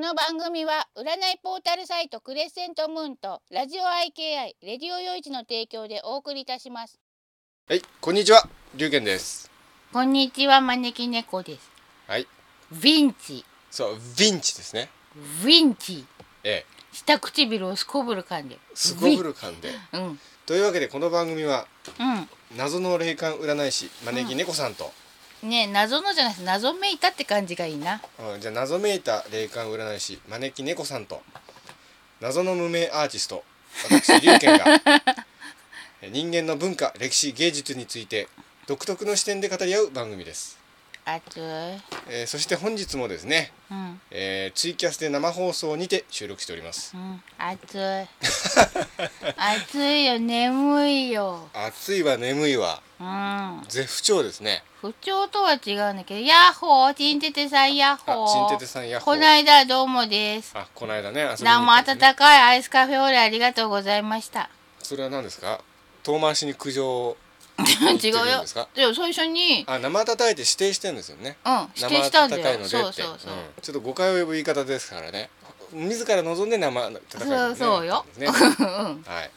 の番組は占いポータルサイトクレッセントムーンとラジオ IKI レディオヨイチの提供でお送りいたします。 はい、こんにちは、龍玄です。 こんにちは、招き猫です。 はい。 ヴィンチ。 そう、ヴィンチですね。 ヴィンチ。 ええ。 下唇をすこぶる噛んで。 すこぶる噛んで。 うん。 というわけでこの番組は、謎の霊感占い師招き猫さんと、 ね、謎のじゃなくて謎めいたって感じがいいな。 じゃあ謎めいた霊感占い師招き猫さんと謎の無名アーティスト私龍玄が人間の文化歴史芸術について独特の視点で語り合う番組です。 熱い。 そして本日もですね、ツイキャスで生放送にて収録しております。 暑い暑いよ、眠いよ。 暑いわ、眠いわ。絶不調ですね。 不調とは違うんだけど、ヤッホー、チンテテさんヤッホー。 チンテテさんヤッホー。 この間どうもです。 この間ね、遊びに行ったんですね。 生温かいアイスカフェオレありがとうございました。 それは何ですか？遠回しに苦情違うよ。でも最初に生温かいって指定してるんですよね。 指定したんだよ。 生温かいのでって。ちょっと誤解を呼ぶ言い方ですからね。自ら望んで生温かいのね。 そうよ。 はい。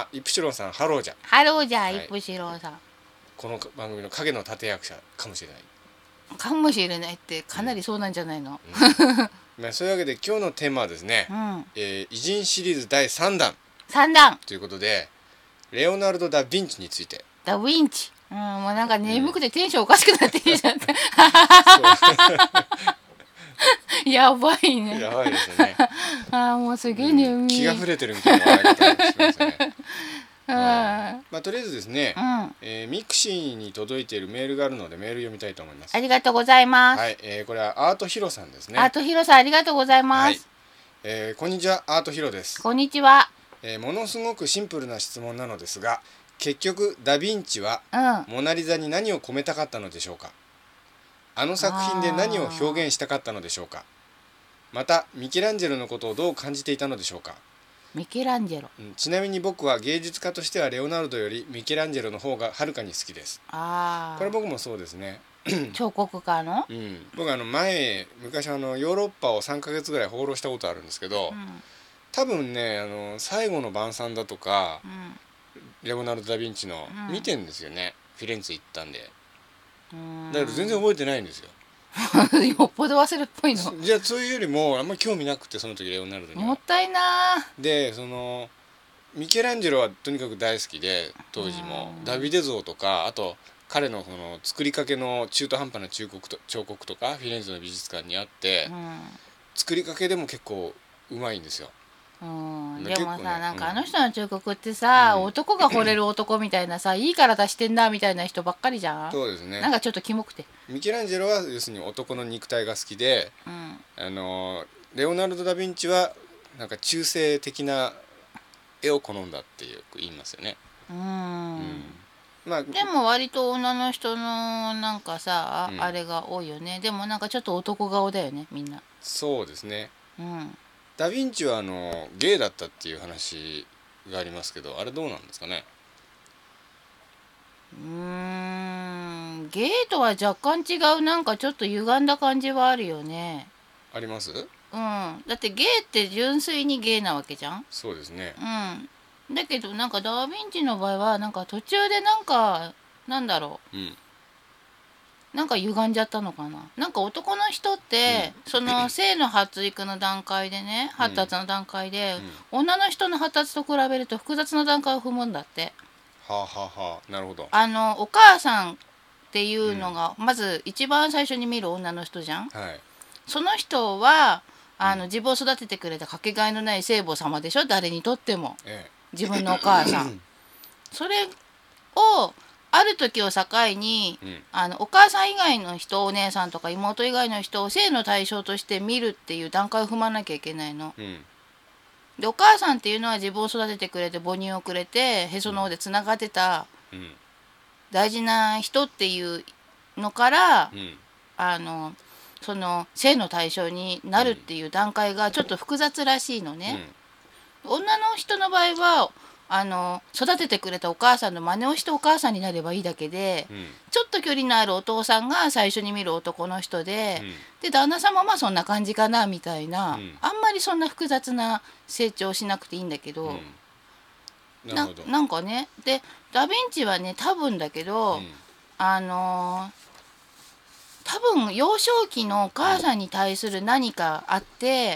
イプシロンさん、ハローじゃ。 ハローじゃ、イプシロンさん。 この番組の影の立役者かもしれない。 かもしれないってかなりそうなんじゃないの。 そういうわけで今日のテーマはですね、偉人シリーズ第3弾。 3弾ということで、レオナルド・ダ・ヴィンチについて。 ダ・ヴィンチ。もうなんか眠くてテンションおかしくなってきちゃった。やばいね。 やばいですね。 もうすげえ眠い。 気が触れてるみたいな笑い方をしますね。とりあえずですね、ミクシーに届いているメールがあるのでメール読みたいと思います。 ありがとうございます。 はい、これはアートヒロさんですね。 アートヒロさん、ありがとうございます。 こんにちは、アートヒロです。 こんにちは。 ものすごくシンプルな質問なのですが、結局ダ・ヴィンチはモナリザに何を込めたかったのでしょうか。あの作品で何を表現したかったのでしょうか。またミケランジェロのことをどう感じていたのでしょうか。 ミケランジェロ、 ちなみに僕は芸術家としてはレオナルドよりミケランジェロの方がはるかに好きです。これ僕もそうですね。 彫刻家の、 僕昔ヨーロッパを3ヶ月ぐらい放浪したことあるんですけど、多分ね最後の晩餐だとか、レオナルド・ダ・ヴィンチの見てんですよね。フィレンツェ行ったんで。だけど全然覚えてないんですよ。 よっぽど忘れっぽいの。 じゃあそういうよりもあんまり興味なくて、その時レオナルドにはもったいな。 でミケランジェロはとにかく大好きで、当時もダビデ像とか、あと彼の作りかけの中途半端な彫刻とかフィレンツェの美術館にあって、作りかけでも結構うまいんですよ。 でもさ、なんかあの人の彫刻ってさ、男が惚れる男みたいなさ、いい体してんなみたいな人ばっかりじゃん。 そうですね。 なんかちょっとキモくて。 ミケランジェロは要するに男の肉体が好きで、レオナルド・ダ・ヴィンチはなんか中性的な絵を好んだってよく言いますよね。 でも割と女の人のなんかさ、あれが多いよね。でもなんかちょっと男顔だよね、みんな。 そうですね。ダ・ヴィンチはゲイだったっていう話がありますけど、あれどうなんですかね。 ゲイとは若干違う、なんかちょっと歪んだ感じはあるよね。 あります？ だってゲイって純粋にゲイなわけじゃん。 そうですね。 だけどなんかダ・ヴィンチの場合はなんか途中でなんかなんだろう、なんか歪んじゃったのかな。なんか男の人って、その性の発育の段階でね、発達の段階で、女の人の発達と比べると複雑な段階を踏むんだって。 なるほど。 お母さんっていうのが、まず一番最初に見る女の人じゃん。その人は自分を育ててくれたかけがえのない聖母様でしょ、誰にとっても。自分のお母さん。それをある時を境に、お母さん以外の人、お姉さんとか妹以外の人を性の対象として見るっていう段階を踏まなきゃいけないの。でお母さんっていうのは自分を育ててくれて母乳をくれてへその緒でつながってた大事な人っていうのから、その性の対象になるっていう段階がちょっと複雑らしいのね。女の人の場合は育ててくれたお母さんの真似をしてお母さんになればいいだけで、ちょっと距離のあるお父さんが最初に見る男の人で、で旦那様はそんな感じかなみたいな、あんまりそんな複雑な成長しなくていいんだけど、なんかね、でダ・ヴィンチはね、多分だけど、多分幼少期のお母さんに対する何かあって、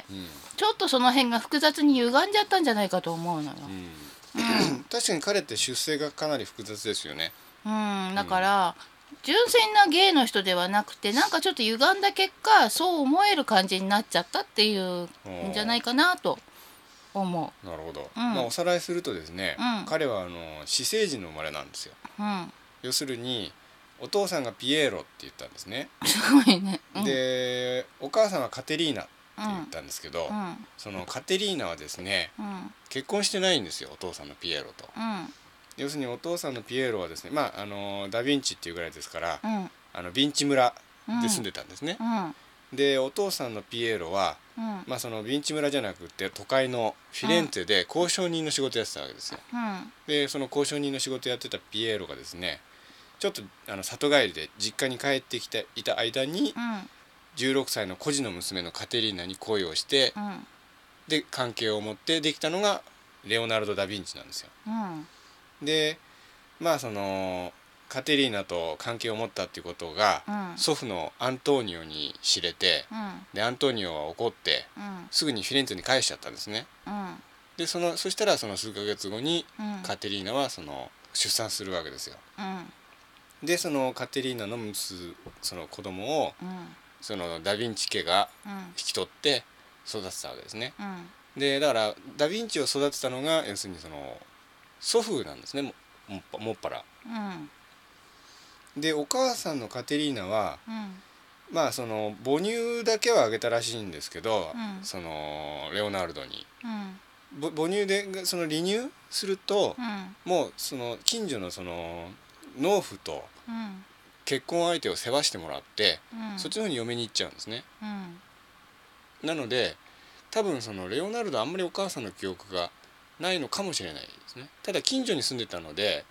ちょっとその辺が複雑に歪んじゃったんじゃないかと思うのよ。 確かに彼って出生がかなり複雑ですよね。 だから、純粋なゲイの人ではなくて、なんかちょっと歪んだ結果そう思える感じになっちゃったっていうんじゃないかなと思う。なるほど。おさらいするとですね、彼は私生児の生まれなんですよ。要するにお父さんがピエーロって言ったんですね。 すごいね。 でお母さんはカテリーナって言ったんですけど、そのカテリーナはですね、結婚してないんですよ、お父さんのピエロと。要するにお父さんのピエロはですね、ダ・ヴィンチっていうぐらいですから、ヴィンチ村で住んでたんですね。でお父さんのピエロは、そのヴィンチ村じゃなくて都会のフィレンツェで交渉人の仕事やってたわけですよ。でその交渉人の仕事やってたピエロがですね、ちょっと里帰りで実家に帰ってきていた間に、16歳の孤児の娘のカテリーナに恋をして、で関係を持ってできたのがレオナルド・ダ・ヴィンチなんですよ。でそのカテリーナと関係を持ったっていうことが、祖父のアントーニオに知れて、でアントーニオは怒って、すぐにフィレンツェに返しちゃったんですね。でそしたらその数ヶ月後に、カテリーナは出産するわけですよ。でそのカテリーナのその子供を、そのダ・ヴィンチ家が引き取って育てたわけですね。でだからダ・ヴィンチを育てたのが要するにその祖父なんですね、もっぱら。でお母さんのカテリーナは、その母乳だけはあげたらしいんですけど、そのレオナルドに、母乳でその離乳すると、もうその近所のその農夫と結婚相手を世話してもらって、そっちの方に嫁に行っちゃうんですね。なので多分そのレオナルドあんまりお母さんの記憶がないのかもしれないですね。ただ近所に住んでたので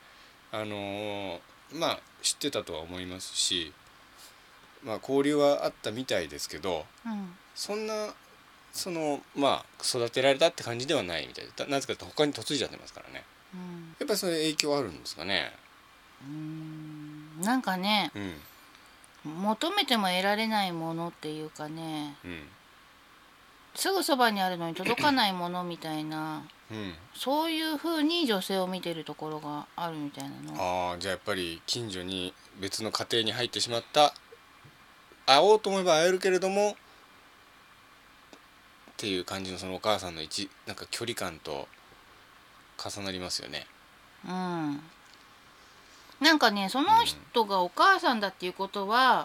知ってたとは思いますし、交流はあったみたいですけど、そんな育てられたって感じではないみたいで、なぜかというと他に嫁いじゃってますからね。やっぱりそれ影響あるんですかね。 なんかね、求めても得られないものっていうかね、すぐそばにあるのに届かないものみたいな、そういう風に女性を見てるところがあるみたいなの。 じゃあやっぱり近所に別の家庭に入ってしまった、会おうと思えば会えるけれどもっていう感じの、そのお母さんのなんか距離感と重なりますよね。 なんかね、その人がお母さんだっていうことは、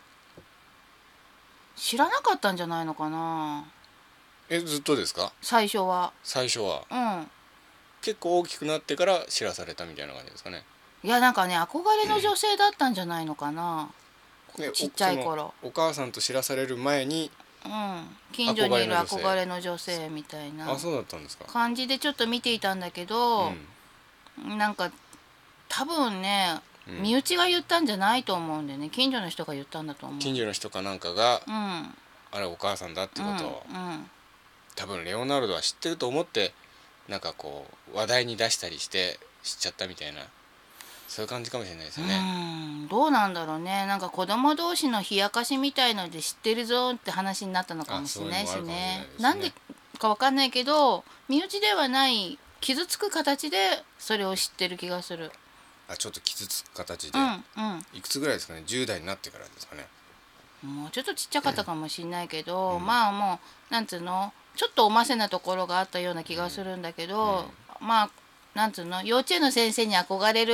知らなかったんじゃないのかな。 ずっとですか？ 最初は。 結構大きくなってから知らされたみたいな感じですかね。 いや、なんかね、憧れの女性だったんじゃないのかな、ちっちゃい頃。 お母さんと知らされる前に、 近所にいる憧れの女性みたいなそうだったんですか。 感じでちょっと見ていたんだけど、なんか多分ね、身内が言ったんじゃないと思うんだよね。近所の人が言ったんだと思う。 近所の人かなんかが、あれお母さんだってことを、多分レオナルドは知ってると思って、なんかこう話題に出したりして知っちゃったみたいな、そういう感じかもしれないですよね。 どうなんだろうね。なんか子供同士の冷やかしみたいので知ってるぞって話になったのかもしれないしね。なんでか分かんないけど、身内ではない傷つく形でそれを知ってる気がする。 ちょっと傷つく形で、いくつぐらいですかね。10代になってからですかね。 もうちょっとちっちゃかったかもしれないけど、もうなんつうの、ちょっとおませなところがあったような気がするんだけど、なんつうの、幼稚園の先生に憧れる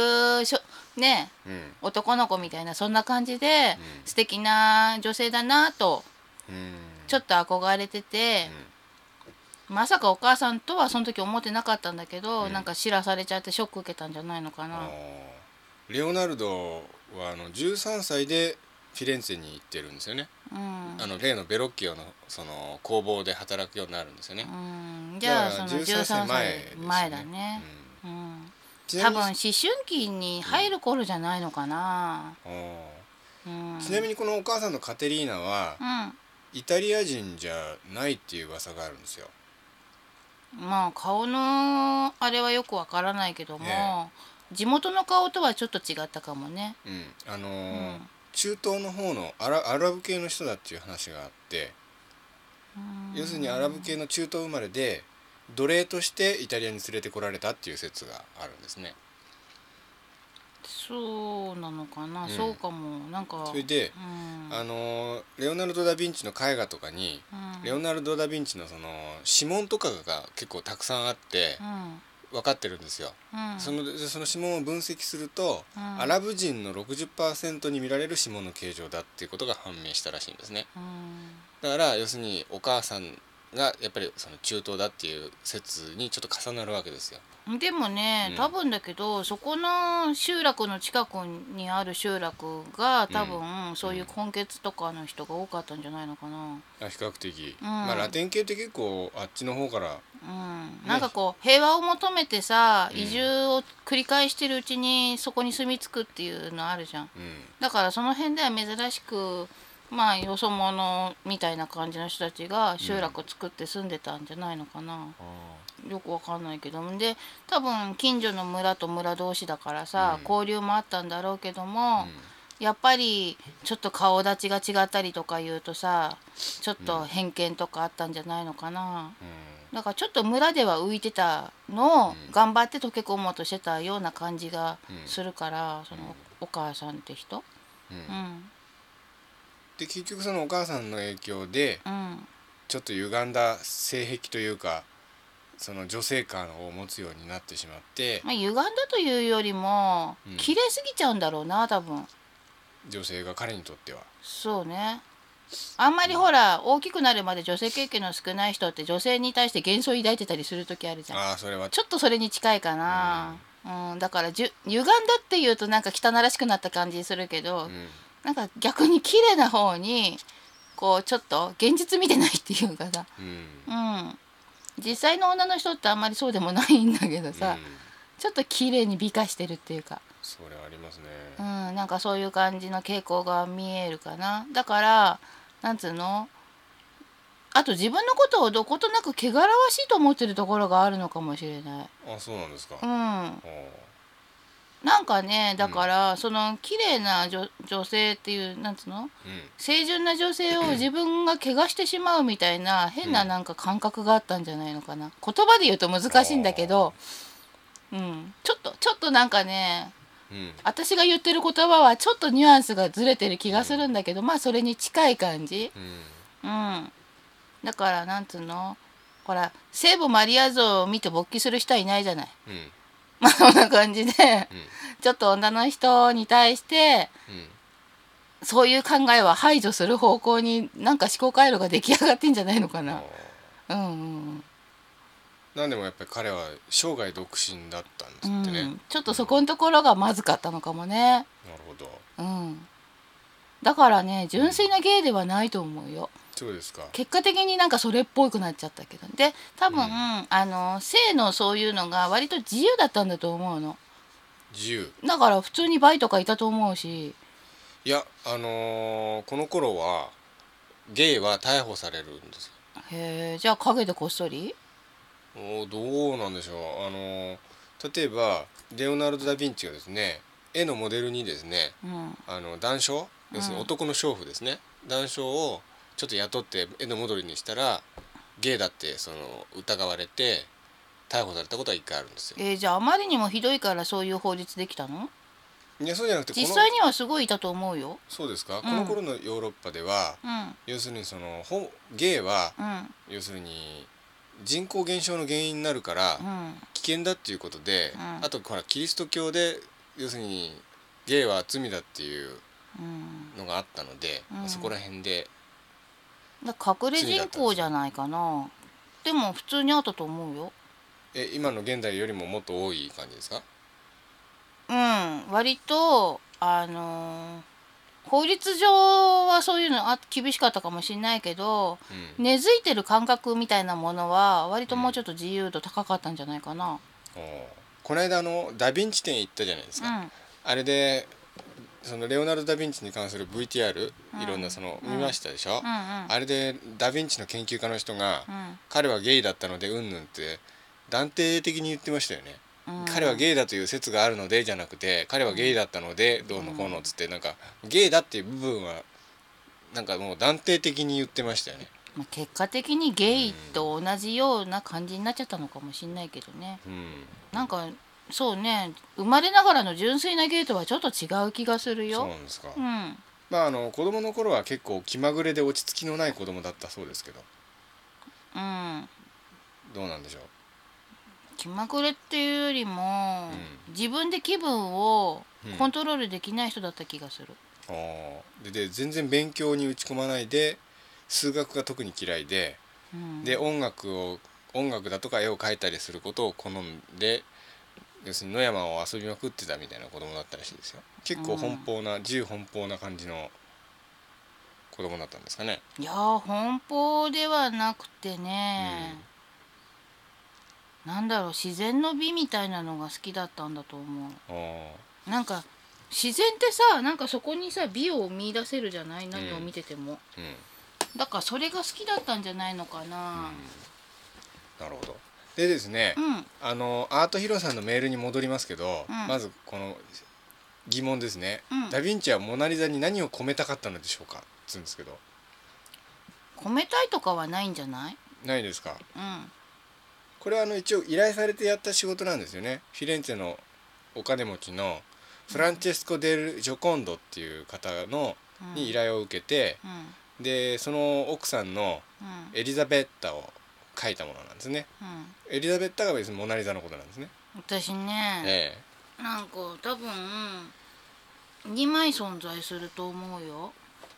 男の子みたいな、そんな感じで、素敵な女性だなと、ちょっと憧れてて、まさかお母さんとはその時思ってなかったんだけど、なんか知らされちゃってショック受けたんじゃないのかな。 レオナルドは13歳でフィレンツェに行ってるんですよね。例のベロッキオのその工房で働くようになるんですよね。 じゃあその13歳前だね。 多分思春期に入る頃じゃないのかな、 ちなみにこのお母さんのカテリーナは、イタリア人じゃないっていう噂があるんですよ。 まあ顔のあれはよくわからないけども、地元の顔とはちょっと違ったかもね。 中東の方のアラブ系の人だっていう話があって、要するにアラブ系の中東生まれで奴隷としてイタリアに連れてこられたっていう説があるんですね。 そうなのかな、そうかも。なんかそれで、レオナルド・ダ・ヴィンチの絵画とかに、レオナルド・ダ・ヴィンチのその指紋とかが結構たくさんあって、分かってるんですよ。その指紋を分析すると、アラブ人の 60% に見られる指紋の形状だっていうことが判明したらしいんですね。だから要するにお母さんがやっぱりその中東だっていう説にちょっと重なるわけですよ。 でもね、多分だけどそこの集落の近くにある集落が多分、そういう根血とかの人が多かったんじゃないのかな。 比較的、まあラテン系って結構あっちの方から、 なんかこう平和を求めてさ、移住を繰り返してるうちにそこに住み着くっていうのあるじゃん、だからその辺では珍しくまあよそ者みたいな感じの人たちが集落を作って住んでたんじゃないのかな、よくわかんないけど。で多分近所の村と村同士だからさ、交流もあったんだろうけども、やっぱりちょっと顔立ちが違ったりとか言うとさ、ちょっと偏見とかあったんじゃないのかな、だからちょっと村では浮いてたのを頑張って溶け込もうとしてたような感じがするから、そのお母さんって人、 で結局そのお母さんの影響で、ちょっと歪んだ性癖というかその女性感を持つようになってしまって、 歪んだというよりも、綺麗すぎちゃうんだろうな多分、 女性が彼にとっては。 そうね。あんまりほら、大きくなるまで女性経験の少ない人って女性に対して幻想を抱いてたりする時あるじゃん。 それはちょっとそれに近いかな、だから歪んだっていうとなんか汚らしくなった感じするけど、なんか逆に綺麗な方にこうちょっと現実見てないっていうかさ、実際の女の人ってあんまりそうでもないんだけどさ、ちょっと綺麗に美化してるっていうか、 それはありますね。 なんかそういう感じの傾向が見えるかな。だからなんつうの、あと自分のことをどことなく汚らわしいと思ってるところがあるのかもしれない。 そうなんですか。 なんかね、だから、その綺麗な女性っていうなんつうの、清純な女性を自分が怪我してしまうみたいな変ななんか感覚があったんじゃないのかな。言葉で言うと難しいんだけど、ちょっとなんかね、私が言ってる言葉はちょっとニュアンスがずれてる気がするんだけど、まあそれに近い感じ、だからなんつうの、ほら聖母マリア像を見て勃起する人はいないじゃない、まあそんな感じで、ちょっと女の人に対して、そういう考えは排除する方向になんか思考回路が出来上がってんじゃないのかな。 なんでもやっぱり彼は生涯独身だったんですってね、 ちょっとそこのところがまずかったのかもね。 なるほど。 だからね、純粋なゲイではないと思うよ。 そうですか。 結果的になんかそれっぽくなっちゃったけど、で多分、性のそういうのが割と自由だったんだと思うの。 自由だから普通にバイとかいたと思うし。 いや、この頃はゲイは逮捕されるんですよ。 へえ、じゃあ陰でこっそり？ どうなんでしょう。例えばレオナルド・ダ・ヴィンチがですね、絵のモデルにですね、男娼、要するに男の娼婦ですね、男娼をちょっと雇って絵のモデルにしたらゲイだってその疑われて逮捕されたことは一回あるんですよ。 じゃああまりにもひどいからそういう法律できたの？ いや、そうじゃなくて実際にはすごいいたと思うよ。 そうですか。この頃のヨーロッパでは、要するにそのゲイは、要するに人口減少の原因になるから危険だっていうことで、あとほらキリスト教で要するにゲイは罪だっていうのがあったので、そこら辺で隠れ人口じゃないかな。でも普通にあったと思うよ。 今の現代よりももっと多い感じですか？ 割と法律上はそういうの厳しかったかもしれないけど、根付いてる感覚みたいなものは割ともうちょっと自由度高かったんじゃないかな。 この間ダヴィンチ展行ったじゃないですか、あれでそのレオナルド・ダ・ヴィンチに関する VTR、いろんな見ましたでしょ、あれでダ・ヴィンチの研究家の人が、彼はゲイだったのでうんぬんって断定的に言ってましたよね、彼はゲイだという説があるのでじゃなくて、彼はゲイだったのでどうのこうのっつって、なんかゲイだっていう部分はなんかもう断定的に言ってましたよね。 結果的にゲイと同じような感じになっちゃったのかもしれないけどね、なんかそうね、生まれながらの純粋なゲイとはちょっと違う気がするよ。 そうなんですか。まあ子供の頃は結構気まぐれで落ち着きのない子供だったそうですけど、どうなんでしょう。 気まぐれっていうよりも、自分で気分をコントロールできない人だった気がする。 で全然勉強に打ち込まないで、数学が特に嫌いで、で音楽だとか絵を描いたりすることを好んで、要するに野山を遊びまくってたみたいな子供だったらしいですよ。結構奔放な、自由奔放な感じの子供だったんですかね。 いや奔放ではなくてね、なんだろう、自然の美みたいなのが好きだったんだと思う。なんか自然ってさ、なんかそこにさ美を見出せるじゃない、何を見てても、だからそれが好きだったんじゃないのかな。 なるほど。でですね、アートヒロさんのメールに戻りますけど、まずこの疑問ですね、ダ・ヴィンチはモナリザに何を込めたかったのでしょうかっつうんですけど。 込めたいとかはないんじゃない？ ないですか。これは一応依頼されてやった仕事なんですよね。フィレンツェのお金持ちのフランチェスコ・デル・ジョコンドっていう方に依頼を受けて、でその奥さんのエリザベッタを描いたものなんですね、エリザベッタが別にモナリザのことなんですね。 私ね、なんか多分2枚存在すると思うよ。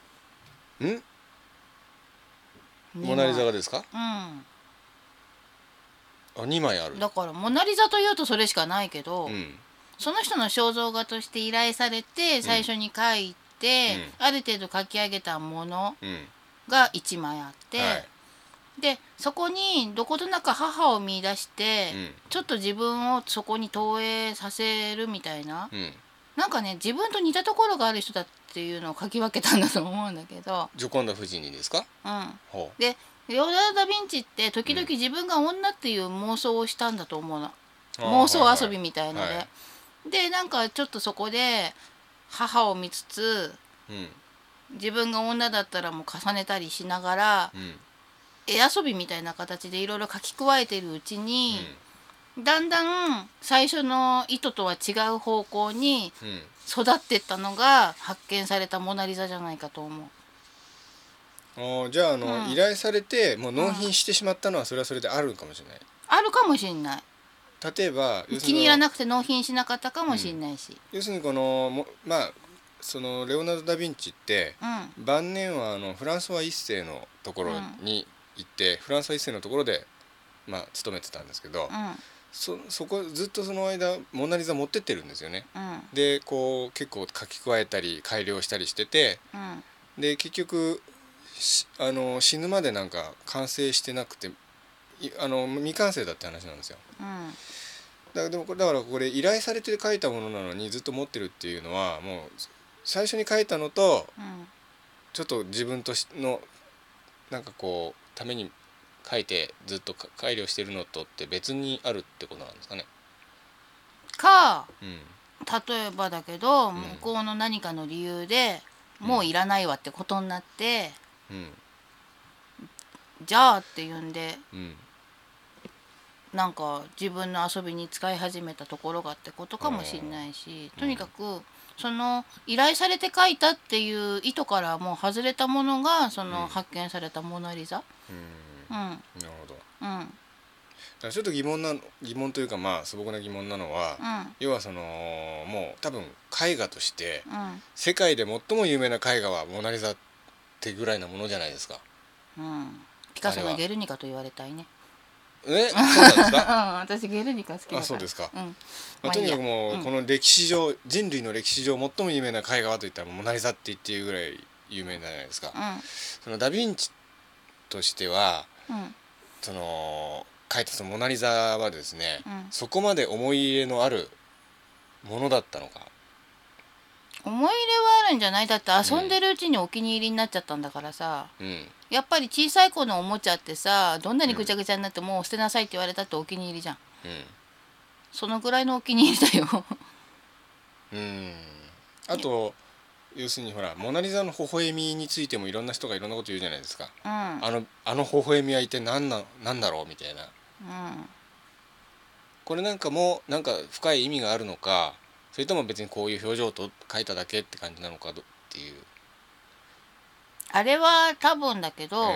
モナリザがですか？2枚ある。 だからモナリザというとそれしかないけど、その人の肖像画として依頼されて最初に描いて、ある程度描き上げたものが1枚あって、でそこにどことなく母を見出して、ちょっと自分をそこに投影させるみたいな、なんかね、自分と似たところがある人だっていうのを描き分けたんだと思うんだけど。 ジョコンダ夫人にですか？ でレオナルド・ダ・ヴィンチって時々自分が女っていう妄想をしたんだと思うの、妄想遊びみたいので、でなんかちょっとそこで母を見つつ、自分が女だったらもう重ねたりしながら、絵遊びみたいな形でいろいろ書き加えてるうちに、だんだん最初の意図とは違う方向に育ってったのが発見されたモナリザじゃないかと思う。 じゃあ依頼されてもう納品してしまったのはそれはそれであるかもしれない。 あるかもしれない。 例えば気に入らなくて納品しなかったかもしれないし、 要するにそのレオナルド・ダ・ヴィンチって、晩年はフランソワ一世のところに行って、フランソワ一世のところで勤めてたんですけど、そこずっとその間モナリザ持ってってるんですよね。でこう結構書き加えたり改良したりしてて、で結局死ぬまでなんか完成してなくて未完成だって話なんですよ。だからこれ依頼されて書いたものなのにずっと持ってるっていうのは、もう最初に書いたのと、ちょっと自分とのなんかこうために書いてずっと改良してるのとって別にあるってことなんですかね。 例えばだけど、向こうの何かの理由でもういらないわってことになって、じゃあっていうんで、なんか自分の遊びに使い始めたところがってことかもしれないし、とにかくその依頼されて描いたっていう意図からもう外れたものがその発見されたモナリザ。 なるほど。ちょっと疑問というか素朴な疑問なのは、要はもう多分絵画として、世界で最も有名な絵画はモナリザってぐらいなものじゃないですか。 ピカソのゲルニカと言われたいね。 そうなんですか？ 私ゲルニカ好きだから。 そうですか。とにかくもうこの歴史上、人類の歴史上最も有名な絵画はといったらモナリザって言っていうぐらい有名じゃないですか。そのダ・ヴィンチとしては、その描いたそのモナリザはですね、そこまで思い入れのあるものだったのか。 思い入れはあるんじゃない？だって遊んでるうちにお気に入りになっちゃったんだからさ、やっぱり小さい子のおもちゃってさ、どんなにぐちゃぐちゃになっても捨てなさいって言われたってお気に入りじゃん、そのぐらいのお気に入りだよあと要するにほらモナリザの微笑みについてもいろんな人がいろんなこと言うじゃないですか、あの微笑みは一体何だろうみたいな、これなんかもなんか深い意味があるのか、それとも別にこういう表情と描いただけって感じなのかっていう。 あれは多分だけど、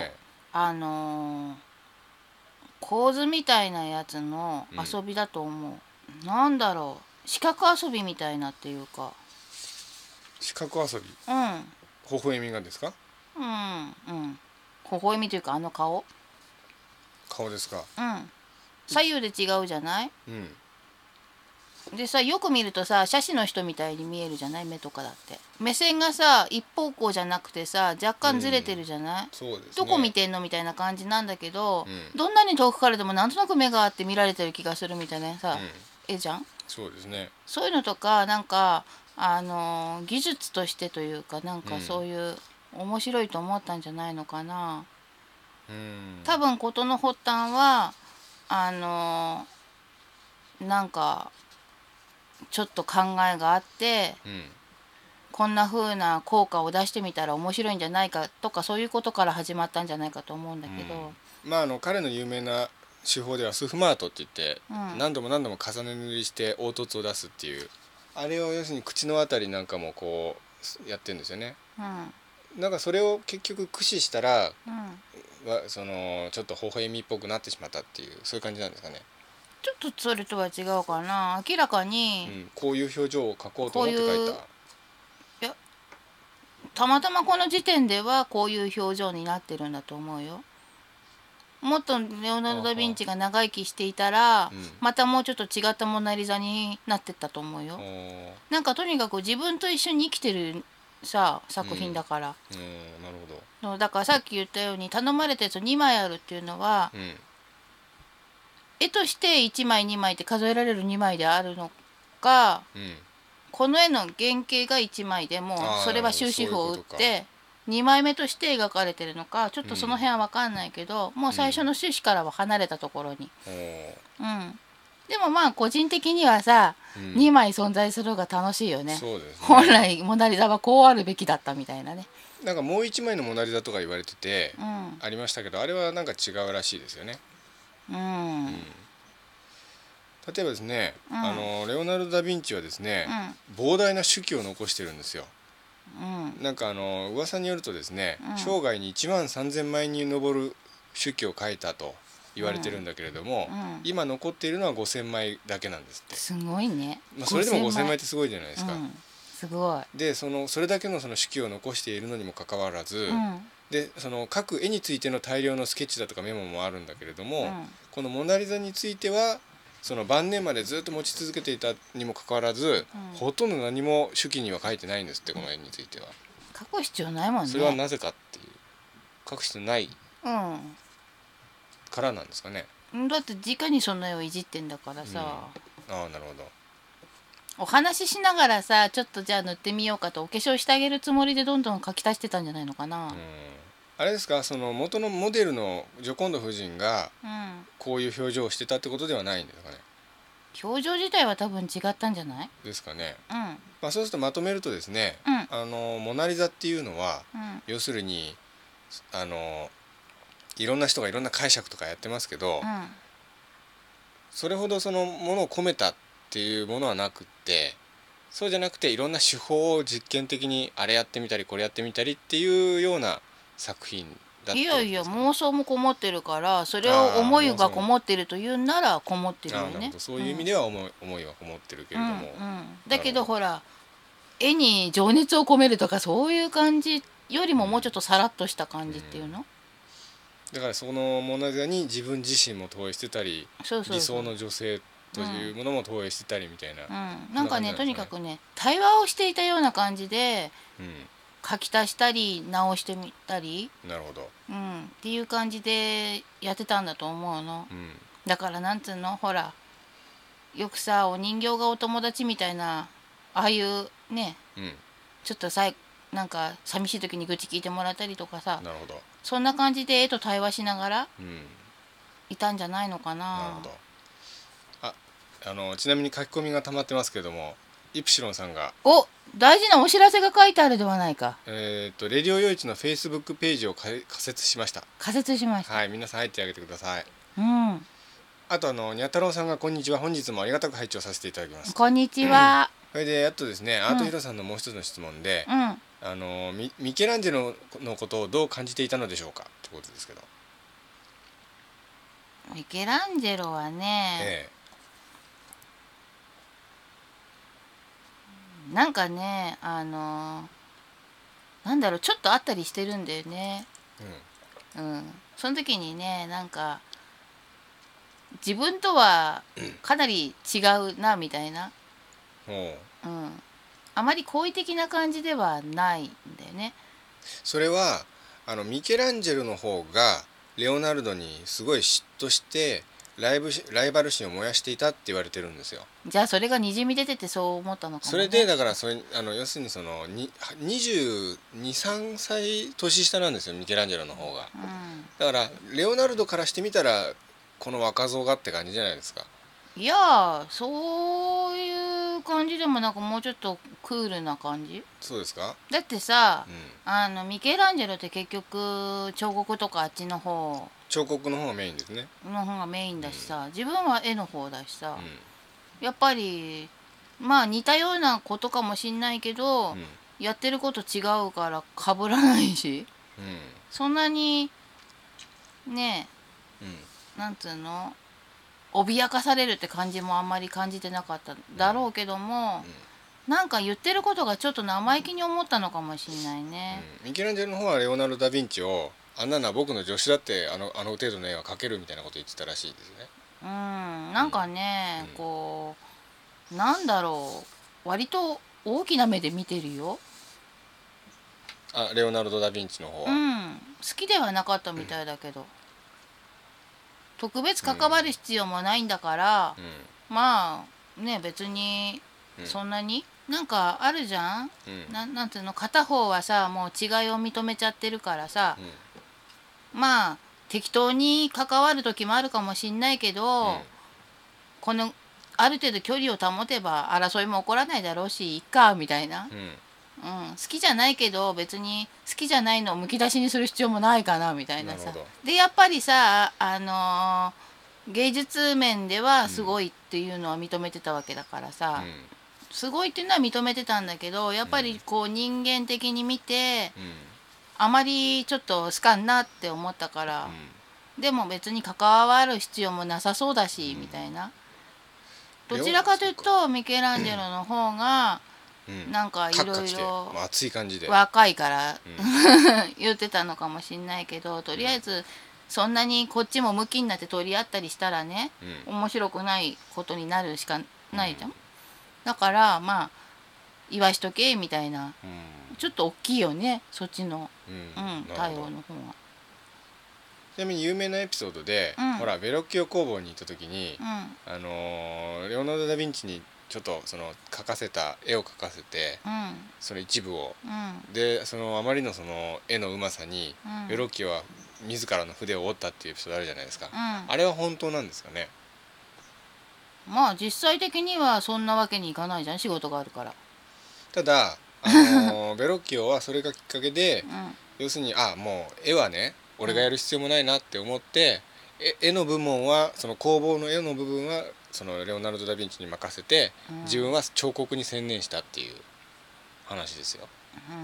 構図みたいなやつの遊びだと思う、なんだろう、視覚遊びみたいなっていうか。 視覚遊び、微笑みがですか？ 微笑みというか顔ですか？ 左右で違うじゃない？でさ、よく見るとさ、斜視の人みたいに見えるじゃない？目とかだって目線がさ一方向じゃなくてさ、若干ずれてるじゃない？ そうですね、 どこ見てんのみたいな感じなんだけど、どんなに遠くからでもなんとなく目があって見られてる気がするみたいなさ、絵じゃん。 そうですね。 そういうのとかなんか技術としてというかなんかそういう面白いと思ったんじゃないのかな。多分事の発端はなんかちょっと考えがあって、こんな風な効果を出してみたら面白いんじゃないかとか、そういうことから始まったんじゃないかと思うんだけど、 彼の有名な手法ではスフマートって言って、何度も何度も重ね塗りして凹凸を出すっていう、あれを要するに口のあたりなんかもこうやってるんですよね。なんかそれを結局駆使したら、そのちょっと微笑みっぽくなってしまったっていう、そういう感じなんですかね。 ちょっとそれとは違うかな。明らかに、 こういう表情を描こうと思って描いた。 いや、たまたまこの時点ではこういう表情になってるんだと思うよ。もっとレオナルド・ダ・ヴィンチが長生きしていたら、またもうちょっと違ったモナ・リザになってったと思うよ。なんかとにかく自分と一緒に生きてるさ作品だから、 なるほど。だからさっき言ったように頼まれたやつ2枚あるっていうのは、絵として1枚2枚って数えられる2枚であるのか、この絵の原型が1枚でもそれは終止符を打って2枚目として描かれてるのか、ちょっとその辺は分かんないけど、もう最初の趣旨からは離れたところに、でも個人的にはさ、2枚存在する方が楽しいよね。 そうですね。 本来モナリザはこうあるべきだったみたいなね。 なんかもう1枚のモナリザとか言われてて、ありましたけど、あれはなんか違うらしいですよね。例えばですね、レオナルド・ダ・ヴィンチはですね、膨大な手記を残してるんですよ。なんか噂によるとですね、生涯に1万3000枚に上る手記を書いたと言われてるんだけれども、今残っているのは5000枚だけなんですって。 すごいね。 それでも5000枚ってすごいじゃないですか。 すごい。 でそれだけの手記を残しているのにもかかわらず、で描く絵についての大量のスケッチだとかメモもあるんだけれども、このモナリザについては晩年までずっと持ち続けていたにもかかわらず、ほとんど何も手記には書いてないんですって、この絵については。 書く必要ないもんね。 それはなぜかっていう、書く必要ないからなんですかね。 だって直にその絵をいじってんだからさ。 なるほど。 お話ししながらさ、ちょっとじゃあ塗ってみようかとお化粧してあげるつもりでどんどん書き足してたんじゃないのかな。 あれですか、元のモデルのジョコンド夫人がこういう表情をしてたってことではないんですかね。 表情自体は多分違ったんじゃないですかね。そうするとまとめるとですね、モナリザっていうのは、要するにいろんな人がいろんな解釈とかやってますけど、それほどそのものを込めたっていうものはなくって、そうじゃなくていろんな手法を実験的にあれやってみたりこれやってみたりっていうような作品だったんですか。 いや妄想もこもってるから、それを思いがこもってるというならこもってるよね。 そういう意味では思いはこもってるけれども、 だけどほら絵に情熱を込めるとかそういう感じよりももうちょっとさらっとした感じっていうの、 だからそのモナリザに自分自身も投影してたり、理想の女性というものも投影してたりみたいな、 なんかね、とにかくね対話をしていたような感じで、書き足したり直してみたり、 なるほど、 っていう感じでやってたんだと思うの。 だからなんつうの、ほらよくさお人形がお友達みたいなああいうね、ちょっとなんか寂しい時に愚痴聞いてもらったりとかさ、 なるほど、 そんな感じで絵と対話しながらいたんじゃないのかな。 なるほど。ちなみに書き込みが溜まってますけども、イプシロンさんが大事なお知らせが書いてあるではないか。 レディオよいちのフェイスブックページを仮設しました。 はい、 皆さん入ってあげてください。 あとにゃ太郎さんがこんにちは、本日もありがたく拝聴させていただきます。 こんにちは。 それであとですね、アートヒロさんのもう一つの質問で、ミケランジェロのことをどう感じていたのでしょうかってことですけど。 ミケランジェロはね、なんかね、なんだろう、ちょっとあったりしてるんだよね。その時にね、なんか自分とはかなり違うなみたいな、あまり好意的な感じではないんだよね。 それはミケランジェロの方がレオナルドにすごい嫉妬してライバル心を燃やしていたって言われてるんですよ。 じゃあそれがにじみ出ててそう思ったのかもね。 それでだから要するに22、23歳年下なんですよ、ミケランジェロの方が。だからレオナルドからしてみたらこの若造がって感じじゃないですか。 いやそういう感じでもなんかもうちょっとクールな感じ。 そうですか。 だってさ、ミケランジェロって結局彫刻とかあっちの方、 彫刻の方がメインですね。 の方がメインだしさ、自分は絵の方だしさ、やっぱりまあ似たようなことかもしんないけど、やってること違うから被らないし、そんなにね、なんつうの、脅かされるって感じもあんまり感じてなかっただろうけども、なんか言ってることがちょっと生意気に思ったのかもしれないね。 ミケランジェロの方はレオナルド・ダ・ヴィンチをあんなのは僕の助手だってあの程度の絵は描けるみたいなこと言ってたらしいですね。 なんかね、こうなんだろう、割と大きな目で見てるよ。 レオナルド・ダ・ヴィンチの方は、 好きではなかったみたいだけど、特別関わる必要もないんだから、まあね、別にそんなに、なんかあるじゃん、なんていうの、片方はさもう違いを認めちゃってるからさ、まあ適当に関わる時もあるかもしんないけど、このある程度距離を保てば争いも起こらないだろうしいっかみたいな、好きじゃないけど別に好きじゃないのをむき出しにする必要もないかなみたいなさ。でやっぱりさ、芸術面ではすごいっていうのは認めてたわけだからさ、すごいっていうのは認めてたんだけど、やっぱりこう人間的に見て、あまりちょっと好かんなって思ったから、でも別に関わる必要もなさそうだし、みたいな。どちらかというとミケランジェロの方がなんかいろいろ熱い感じで若いから言ってたのかもしんないけど、とりあえずそんなにこっちもムキになって取り合ったりしたらね、面白くないことになるしかないじゃん。だからまあ言わしとけみたいな、ちょっと大きいよねそっちの、対応の方が。 ちなみに有名なエピソードで、ほらベロッキオ工房に行った時に、レオナルド・ダ・ヴィンチにちょっとその絵を描かせて、その一部を、でそのあまりのその絵のうまさに、ベロッキオは自らの筆を折ったっていうエピソードあるじゃないですか、あれは本当なんですかね。 まあ実際的にはそんなわけにいかないじゃん、仕事があるから。 ただベロッキオはそれがきっかけで、要するにもう絵はね俺がやる必要もないなって思って、絵の部門はその工房の絵の部分はそのレオナルド・ダ・ヴィンチに任せて、自分は彫刻に専念したっていう話ですよ。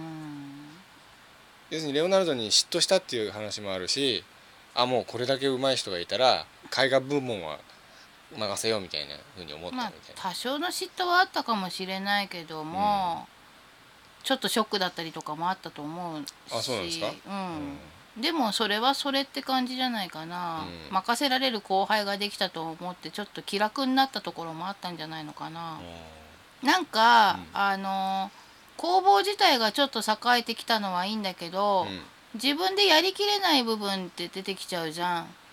要するにレオナルドに嫉妬したっていう話もあるし、もうこれだけ上手い人がいたら絵画部門は任せようみたいなふうに思ったみたいな、 多少の嫉妬はあったかもしれないけども、ちょっとショックだったりとかもあったと思うし。 そうなんですか。 でもそれはそれって感じじゃないかな、任せられる後輩ができたと思ってちょっと気楽になったところもあったんじゃないのかな。なんか、工房自体がちょっと栄えてきたのはいいんだけど、自分でやりきれない部分って出てきちゃうじゃん。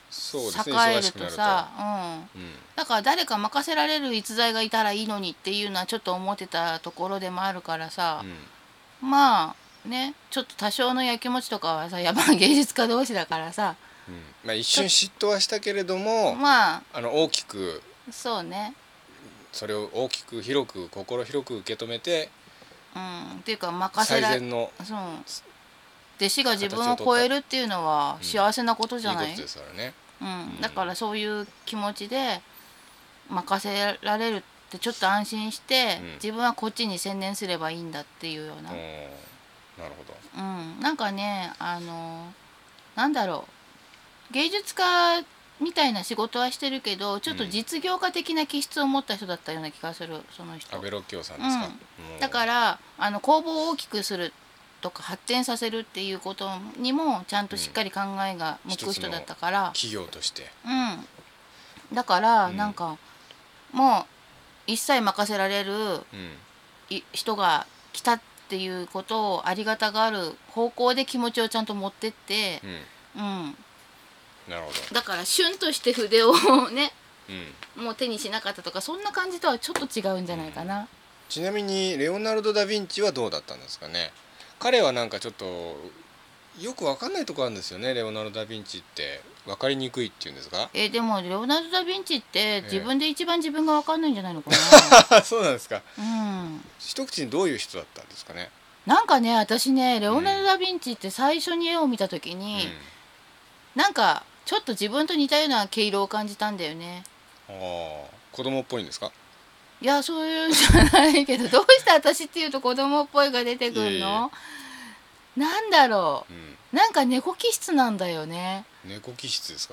そうですね、 栄えるとさ、だから誰か任せられる逸材がいたらいいのにっていうのはちょっと思ってたところでもあるからさ、まあね、ちょっと多少のやきもちとかはさ、やっぱ芸術家同士だからさ、 まあ、一瞬嫉妬はしたけれども、 まあ大きく、 そうね、 それを大きく広く心広く受け止めて、 っていうか任せられる、弟子が自分を超えるっていうのは幸せなことじゃない？ いいことですからね。 だからそういう気持ちで任せられるってちょっと安心して、自分はこっちに専念すればいいんだっていうような。 なるほど。なんかね、なんだろう、芸術家みたいな仕事はしてるけど、ちょっと実業家的な気質を持った人だったような気がする、その人。 安倍六京さんですか。 だから工房を大きくするとか発展させるっていうことにもちゃんとしっかり考えが向く人だったから、 企業として、 だからなんか、もう一切任せられる人が来たっていうことをありがたがる方向で気持ちをちゃんと持ってって、 なるほど。 だからシュンとして筆をね、もう手にしなかったとか、そんな感じとはちょっと違うんじゃないかな。 ちなみにレオナルド・ダ・ヴィンチはどうだったんですかね。彼はなんかちょっとよく分かんないとこあるんですよね。レオナルド・ダ・ヴィンチって分かりにくいっていうんですか。 でもレオナルド・ダ・ヴィンチって自分で一番自分が分かんないんじゃないのかな。そうなんですか。一口にどういう人だったんですかね。 なんかね、私ね、レオナルド・ダ・ヴィンチって最初に絵を見た時に、なんかちょっと自分と似たような毛色を感じたんだよね。 子供っぽいんですか。 いや、そういうんじゃないけど、どうして私っていうと子供っぽいが出てくるの？なんだろう、なんか猫気質なんだよね。 猫気質ですか。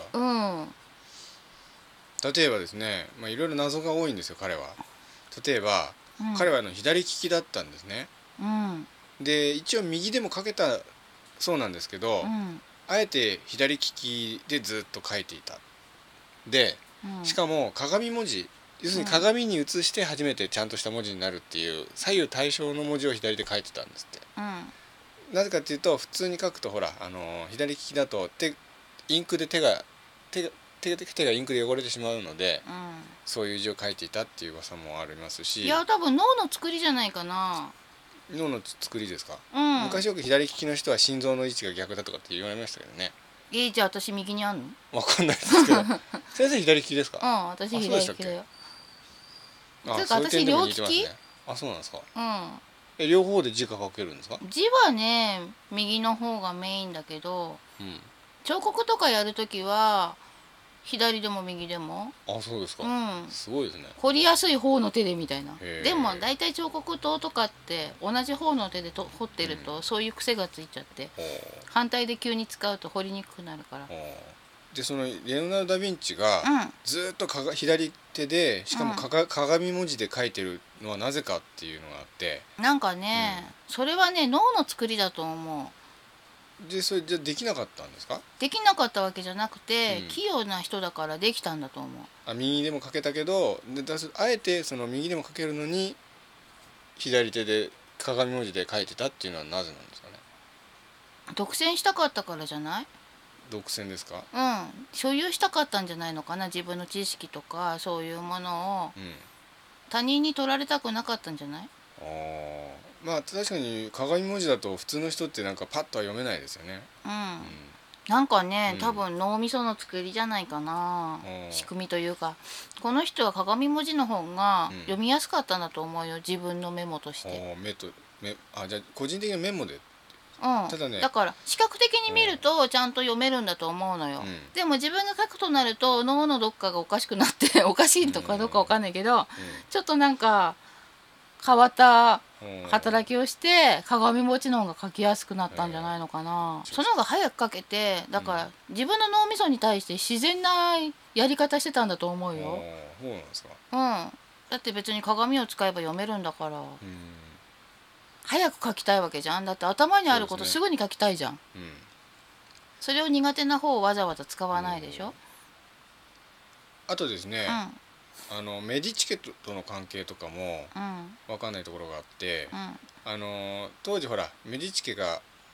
例えばですね、いろいろ謎が多いんですよ、彼は。例えば、彼は左利きだったんですね。で一応右でも描けたそうなんですけど、あえて左利きでずっと描いていた。でしかも鏡文字、要するに鏡に映して初めてちゃんとした文字になるっていう左右対称の文字を左で書いてたんですって。なぜかっていうと、普通に書くとほら左利きだとインクで手がインクで汚れてしまうので、そういう字を書いていたっていう噂もありますし。 いや、多分脳の作りじゃないかな。 脳の作りですか。昔よく左利きの人は心臓の位置が逆だとかって言われましたけどね。 じゃあ私右にあんの？ わかんないですけど。先生左利きですか。 私左利きだよ。 私両利き。そうなんですか。両方で字が書けるんですか。 字はね、右の方がメインだけど、彫刻とかやるときは左でも右でも。 そうですか。すごいですね。 彫りやすい方の手でみたいな。でも大体彫刻刀とかって同じ方の手で彫ってると、そういう癖がついちゃって、反対で急に使うと彫りにくくなるから。 でそのレオナルド・ダ・ヴィンチがずっと左手で、しかも鏡文字で書いてるのはなぜかっていうのがあって、 なんかね、それはね、脳の作りだと思う。 でそれじゃできなかったんですか。 できなかったわけじゃなくて、器用な人だからできたんだと思う。 右でも書けたけど、あえてその右でも書けるのに左手で鏡文字で書いてたっていうのはなぜなんですかね。 独占したかったからじゃない？ 独占ですか。 所有したかったんじゃないのかな、自分の知識とかそういうものを、他人に取られたくなかったんじゃない？ 確かに鏡文字だと普通の人ってなんかパッとは読めないですよね。 なんかね、多分脳みその作りじゃないかな、仕組みというか。この人は鏡文字の方が読みやすかったんだと思うよ、自分のメモとして。 じゃあ個人的なメモで。 ただね、だから視覚的に見るとちゃんと読めるんだと思うのよ。でも自分が書くとなると脳のどっかがおかしくなっておかしいとかどうかわかんないけど、ちょっとなんか変わった働きをして鏡文字の方が書きやすくなったんじゃないのかな。その方が早く書けて、だから自分の脳みそに対して自然なやり方してたんだと思うよ。 そうなんですか。 だって別に鏡を使えば読めるんだから。早く書きたいわけじゃん。だって頭にあることすぐに書きたいじゃん。それを苦手な方をわざわざ使わないでしょ。 あとですね、メディチ家との関係とかも分かんないところがあって、当時ほらメディチ家が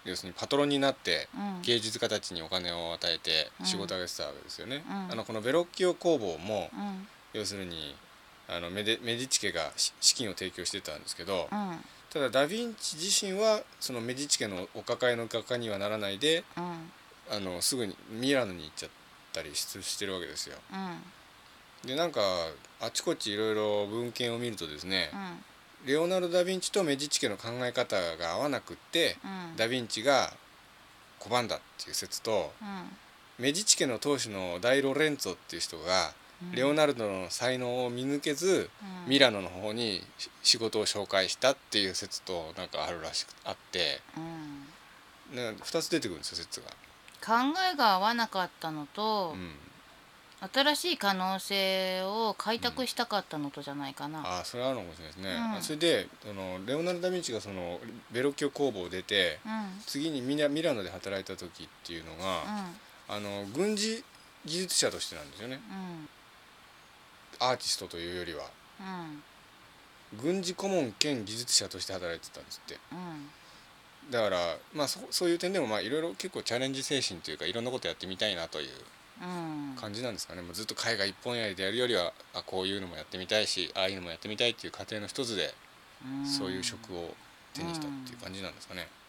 要するにパトロンになって芸術家たちにお金を与えて仕事をあげてたわけですよね。このベロッキオ工房も、要するにメディチ家が資金を提供してたんですけど、ただダ・ヴィンチ自身はそのメディチ家のお抱えの画家にはならないで、すぐにミラノに行っちゃったりしてるわけですよ。でなんかあちこちいろいろ文献を見るとですね、レオナルド・ダ・ヴィンチとメディチ家の考え方が合わなくって、ダ・ヴィンチが拒んだっていう説と、メディチ家の当主のダイ・ロレンツォっていう人がレオナルドの才能を見抜けず、ミラノの方に仕事を紹介したっていう説となんかあって、2つ出てくるんですよ、説が。 考えが合わなかったのと、新しい可能性を開拓したかったのとじゃないかな。 それはあるのかもしれないですね。それでレオナルド・ダ・ヴィンチがそのベロッキオ工房を出て、次にミラノで働いた時っていうのが、軍事技術者としてなんですよね。アーティストというよりは、軍事顧問兼技術者として働いてたんですって。だからそういう点でもいろいろ結構チャレンジ精神というか、いろんなことやってみたいなという感じなんですかね。もうずっと絵画一本やりでやるよりはこういうのもやってみたいし、ああいうのもやってみたいっていう過程の一つで、そういう職を手にしたっていう感じなんですかね。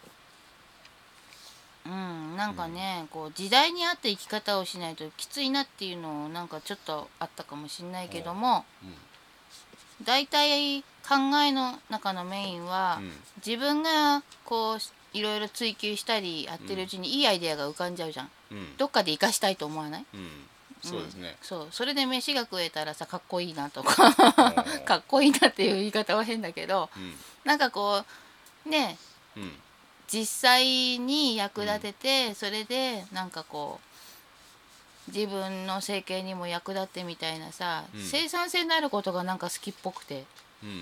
なんかね、こう時代に合った生き方をしないときついなっていうのをなんかちょっとあったかもしれないけども、だいたい考えの中のメインは、自分がこういろいろ追求したりやってるうちにいいアイデアが浮かんじゃうじゃん。どっかで生かしたいと思わない？ そうですね。 それで飯が食えたらさ、かっこいいなとかかっこいいなっていう言い方は変だけど、なんかこうね、実際に役立てて、それでなんかこう自分の生計にも役立ってみたいなさ、生産性のあることがなんか好きっぽくて、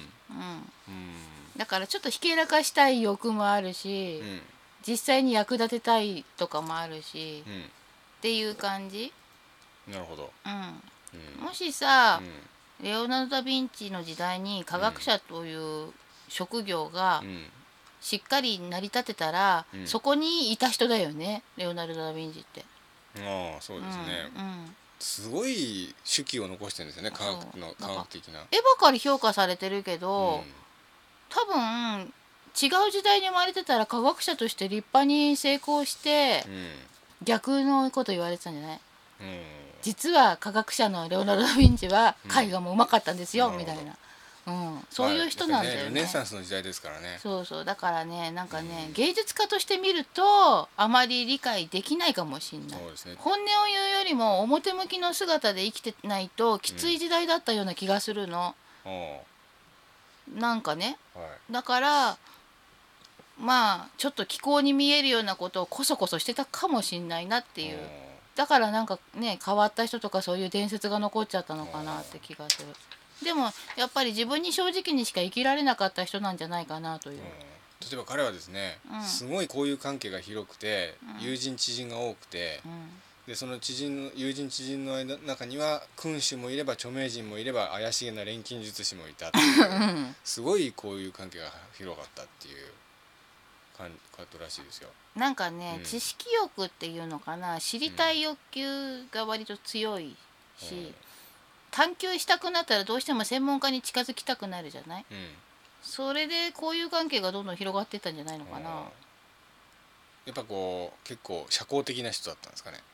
だからちょっとひけらかしたい欲もあるし、実際に役立てたいとかもあるし、っていう感じ。 なるほど。 もしさ、レオナルド・ダ・ヴィンチの時代に科学者という職業がしっかり成り立てたら、そこにいた人だよね、レオナルド・ダ・ヴィンチって。 そうですね。すごい手記を残してるんですよね、科学的な。 絵ばかり評価されてるけど、多分違う時代に生まれてたら科学者として立派に成功して、逆のこと言われてたんじゃない？実は科学者のレオナルド・ダ・ヴィンチは絵画もうまかったんですよ、みたいな。そういう人なんだよね。 ルネサンスの時代ですからね。 そうだからね、なんかね、芸術家として見るとあまり理解できないかもしれない。本音を言うよりも表向きの姿で生きてないときつい時代だったような気がするの。なんかね、だからちょっと気候に見えるようなことをこそこそしてたかもしれないなっていう。だからなんかね、変わった人とかそういう伝説が残っちゃったのかなって気がする。でもやっぱり自分に正直にしか生きられなかった人なんじゃないかなという。 例えば彼はですね、すごい交友関係が広くて、友人知人が多くて、でその友人知人の中には君主もいれば著名人もいれば怪しげな錬金術師もいたっていうすごい交友関係が広かったっていうことらしいですよ。 なんかね、知識欲っていうのかな、知りたい欲求が割と強いし、探求したくなったらどうしても専門家に近づきたくなるじゃない？それで交友関係がどんどん広がっていったんじゃないのかな。 やっぱこう結構社交的な人だったんですかね。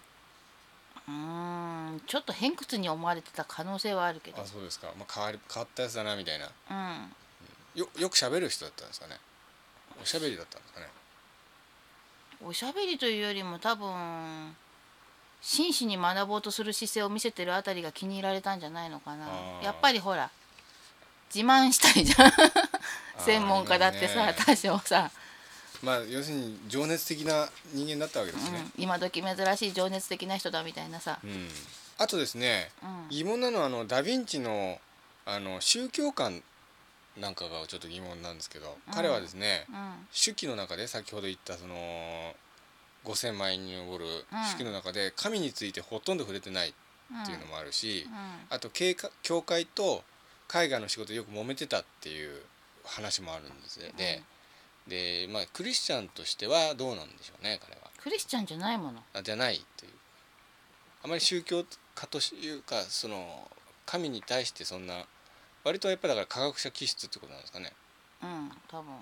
ちょっと偏屈に思われてた可能性はあるけど。 そうですか。変わったやつだなみたいな。よく喋る人だったんですかね。おしゃべりだったんですかね。 おしゃべりというよりも多分真摯に学ぼうとする姿勢を見せてるあたりが気に入られたんじゃないのかな。やっぱりほら自慢したいじゃん専門家だってさ、多少さ、 要するに情熱的な人間だったわけですね。 今時珍しい情熱的な人だみたいなさ。 あとですね、疑問なのはダ・ヴィンチの宗教観なんかがちょっと疑問なんですけど、彼はですね、手記の中で先ほど言ったその5000枚に上る手記の中で神についてほとんど触れてないっていうのもあるし、あと教会と絵画の仕事でよく揉めてたっていう話もあるんですね。 でクリスチャンとしてはどうなんでしょうね、彼は。 クリスチャンじゃないもの。 じゃないという、あまり宗教家というか神に対してそんな、割とやっぱりだから科学者気質ってことなんですかね。 多分。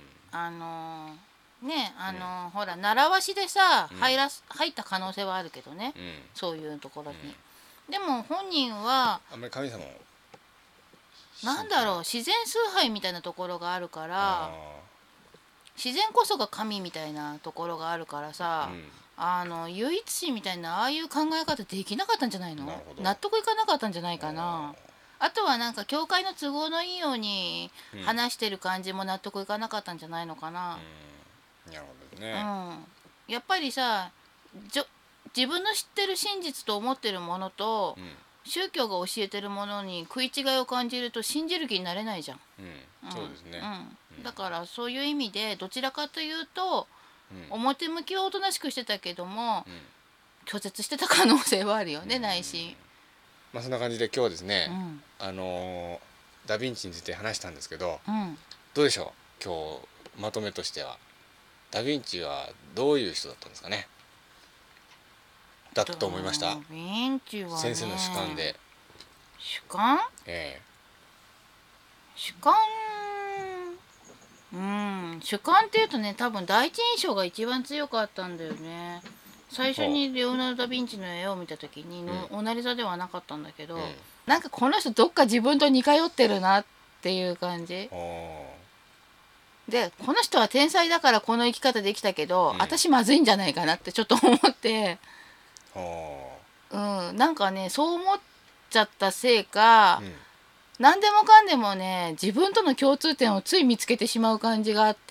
ほら習わしでさ、入った可能性はあるけどね、そういうところに。でも本人はあんまり神様をなんだろう、自然崇拝みたいなところがあるから、自然こそが神みたいなところがあるからさ、唯一神みたいなああいう考え方できなかったんじゃないの？納得いかなかったんじゃないかな。あとはなんか教会の都合のいいように話してる感じも納得いかなかったんじゃないのかな。 なるほどね。 やっぱりさ、自分の知ってる真実と思ってるものと、宗教が教えてるものに食い違いを感じると信じる気になれないじゃん。 そうですね。 だからそういう意味でどちらかというと、表向きはおとなしくしてたけども、拒絶してた可能性はあるよね、内心。 そんな感じで今日はですね、ダ・ヴィンチについて話したんですけど、どうでしょう、今日まとめとしては。ダ・ヴィンチはどういう人だったんですかね。だったと思いました。 ダ・ヴィンチはね、 先生の主観で。 主観？主観、主観っていうとね、多分第一印象が一番強かったんだよね。最初にレオナルド・ダ・ヴィンチの絵を見た時に、モナリザではなかったんだけど、なんかこの人どっか自分と似通ってるなっていう感じで、この人は天才だからこの生き方できたけど、私まずいんじゃないかなってちょっと思って、なんかね、そう思っちゃったせいか、何でもかんでもね、自分との共通点をつい見つけてしまう感じがあって、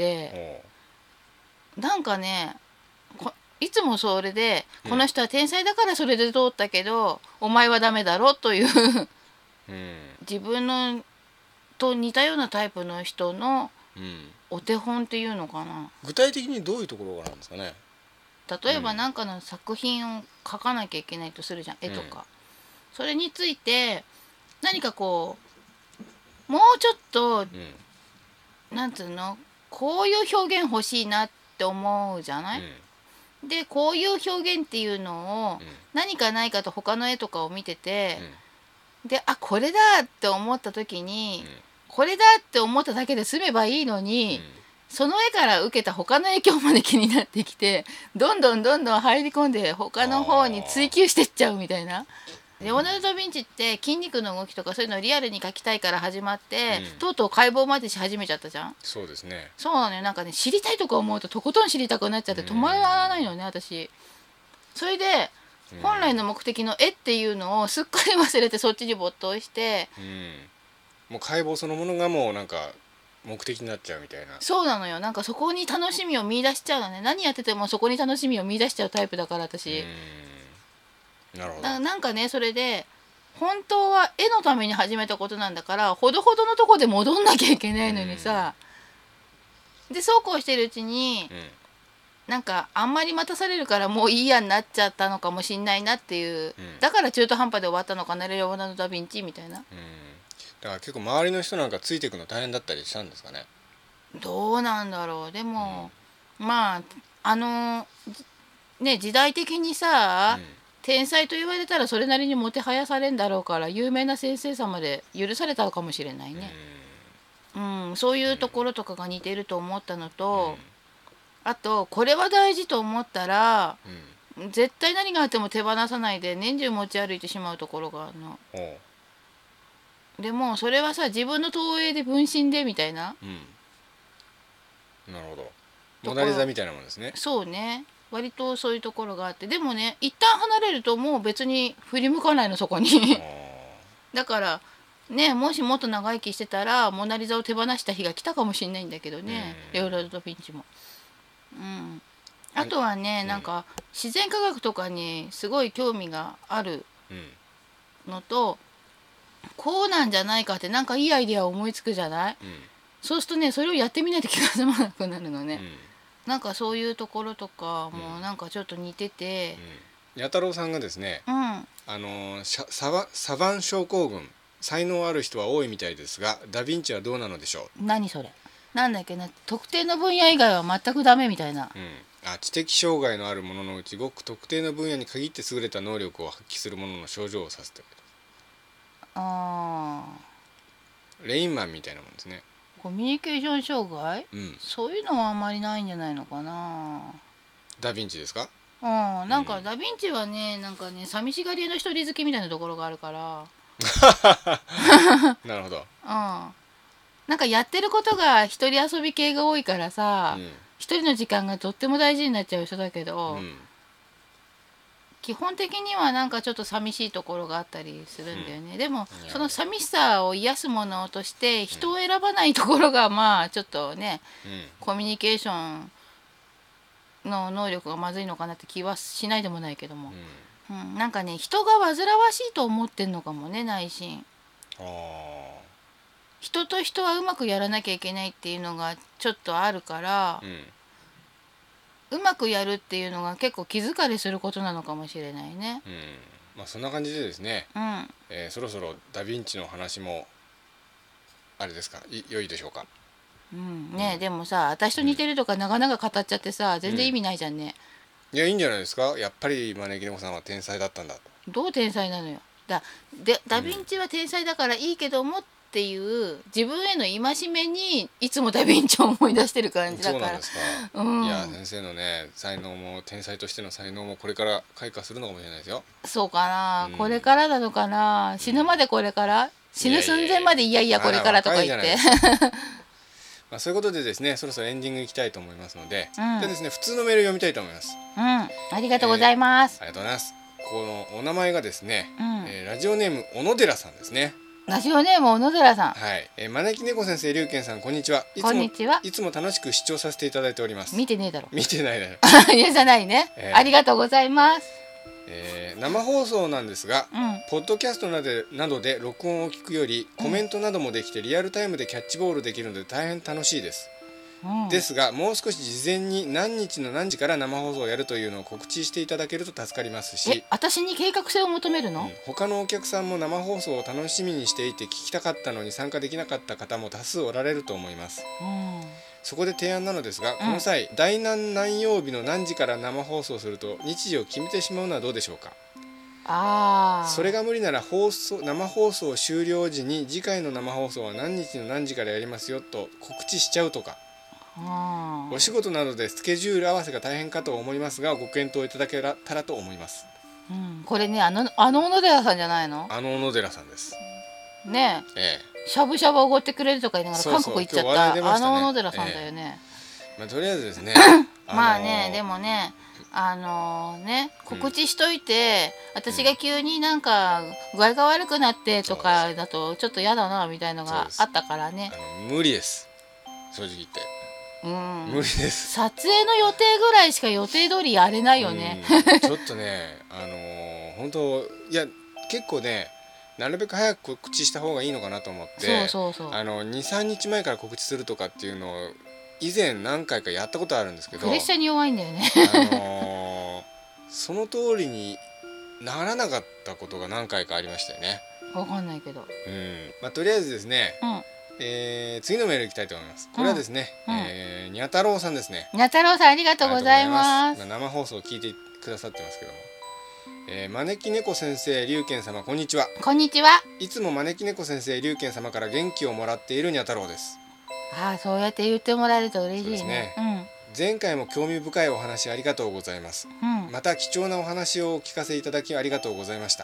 なんかね、いつもそれで、この人は天才だからそれで通ったけど、お前はダメだろという自分のと似たようなタイプの人のお手本っていうのかな。 具体的にどういうところがなんですかね。 例えば何かの作品を描かなきゃいけないとするじゃん、絵とか。それについて何かこうもうちょっと、なんつうの、こういう表現欲しいなって思うじゃない。でこういう表現っていうのを何かないかと他の絵とかを見てて、でこれだって思った時に、これだって思っただけで済めばいいのに、その絵から受けた他の影響まで気になってきて、どんどん入り込んで他の方に追求してっちゃうみたいな。レオナルド・ダ・ヴィンチって筋肉の動きとかそういうのをリアルに描きたいから始まって、とうとう解剖までし始めちゃったじゃん。 そうですね。 そうなのよ。なんかね、知りたいとか思うととことん知りたくなっちゃって止まらないのね、私。それで本来の目的の絵っていうのをすっかり忘れてそっちに没頭して、 もう解剖そのものがもうなんか目的になっちゃうみたいな。 そうなのよ。なんかそこに楽しみを見出しちゃうのね。何やっててもそこに楽しみを見出しちゃうタイプだから私。 なるほど。 なんかね、それで本当は絵のために始めたことなんだから、ほどほどのとこで戻んなきゃいけないのにさ、でそうこうしてるうちに、なんかあんまり待たされるからもういいやになっちゃったのかもしんないなっていう、だから中途半端で終わったのかな、レオナルド・ダ・ヴィンチみたいな。 だから結構周りの人なんかついていくの大変だったりしたんですかね。 どうなんだろう。でも、まあね、時代的にさ、天才と言われたらそれなりにもてはやされんだろうから、有名な先生様で許されたのかもしれないね。そういうところとかが似てると思ったのと、あとこれは大事と思ったら、絶対何があっても手放さないで年中持ち歩いてしまうところがあるの。でもそれはさ、自分の投影で分身でみたいな。 なるほど。モナリザみたいなもんですね。 そうね、割とそういうところがあって、でもね、一旦離れるともう別に振り向かないの、そこにだからね、もしもっと長生きしてたらモナリザを手放した日が来たかもしれないんだけどね、レオナルド・ダ・ヴィンチも。あとはね、なんか自然科学とかにすごい興味があるのと、こうなんじゃないかってなんかいいアイデアを思いつくじゃない。そうするとね、それをやってみないと気が済まなくなるのね。なんかそういうところとかもなんかちょっと似てて、 弥太郎さんがですね、サヴァン症候群、才能ある人は多いみたいですが、ダ・ヴィンチはどうなのでしょう。 何それ。 なんだっけな、特定の分野以外は全くダメみたいな。 知的障害のあるもののうちごく特定の分野に限って優れた能力を発揮するものの症状を指すという。レインマンみたいなもんですね。 コミュニケーション障害、そういうのはあんまりないんじゃないのかな。 ダヴィンチですか？ なんかダヴィンチはね、なんかね、寂しがりの一人好きみたいなところがあるからなるほど。 なんかやってることが一人遊び系が多いからさ、一人の時間がとっても大事になっちゃう人だけど、基本的にはなんかちょっと寂しいところがあったりするんだよね。でもその寂しさを癒すものとして人を選ばないところがまあちょっとね、コミュニケーションの能力がまずいのかなって気はしないでもないけども、なんかね、人が煩わしいと思ってんのかもね、内心。人と人はうまくやらなきゃいけないっていうのがちょっとあるから、うまくやるっていうのが結構気疲れすることなのかもしれないね。 そんな感じでですね、そろそろダヴィンチの話もあれですか、良いでしょうか。 でもさ、私と似てるとか長々語っちゃってさ、全然意味ないじゃんね。 いや、いいんじゃないですか。やっぱり招き猫さんは天才だったんだと。 どう天才なのよ。ダヴィンチは天才だからいいけどもっていう自分への戒めにいつもダヴィンチを思い出してる感じだから。 そうなんですか。いや、先生のね、才能も天才としての才能もこれから開花するのかもしれないですよ。 そうかな、これからなのかな。死ぬまでこれから、死ぬ寸前までいやいやこれからとか言ってそういうことでですね、そろそろエンディングいきたいと思いますので、じゃあですね、普通のメール読みたいと思います。 ありがとうございます。 ありがとうございます。このお名前がですね、ラジオネーム小野寺さんですね。 ラジオネーム小野寺さん。 はい。招き猫先生、龍賢さん、こんにちは。 こんにちは。 いつも楽しく視聴させていただいております。 見てねえだろ。 見てないだろ。 いやじゃないね。ありがとうございます。 生放送なんですが、ポッドキャストなどで録音を聞くよりコメントなどもできてリアルタイムでキャッチボールできるので大変楽しいです。ですが、もう少し事前に何日の何時から生放送をやるというのを告知していただけると助かりますし、 私に計画性を求めるの？ 他のお客さんも生放送を楽しみにしていて聞きたかったのに参加できなかった方も多数おられると思います。そこで提案なのですが、この際、第何曜日の何時から生放送すると日時を決めてしまうのはどうでしょうか。それが無理なら生放送終了時に次回の生放送は何日の何時からやりますよと告知しちゃうとか。お仕事などでスケジュール合わせが大変かと思いますが、ご検討いただけたらと思います。 これね、あの小野寺さんじゃないの？ 小野寺さんですね。しゃぶしゃぶおごってくれるとか言いながら韓国行っちゃった小野寺さんだよね。 とりあえずですねまあね、でもね、告知しといて、私が急になんか具合が悪くなってとかだとちょっと嫌だなみたいのがあったからね。 無理です、正直言って。無理です。 撮影の予定ぐらいしか予定通りやれないよね。 ちょっとね、本当、いや結構ね、なるべく早く告知した方がいいのかなと思って、2、3日前から告知するとかっていうのを以前何回かやったことあるんですけど、 プレッシャーに弱いんだよね。 その通りにならなかったことが何回かありましたよね。 わかんないけど。 とりあえずですね、次のメールいきたいと思います。これはですね、にゃ太郎さんですね。 にゃ太郎さん、ありがとうございます。 生放送を聞いてくださってますけども、招き猫先生、龍賢様、こんにちは。 こんにちは。 いつも招き猫先生、龍賢様から元気をもらっているにゃ太郎です。 そうやって言ってもらえると嬉しいね。 前回も興味深いお話ありがとうございます。また貴重なお話をお聞かせいただきありがとうございました。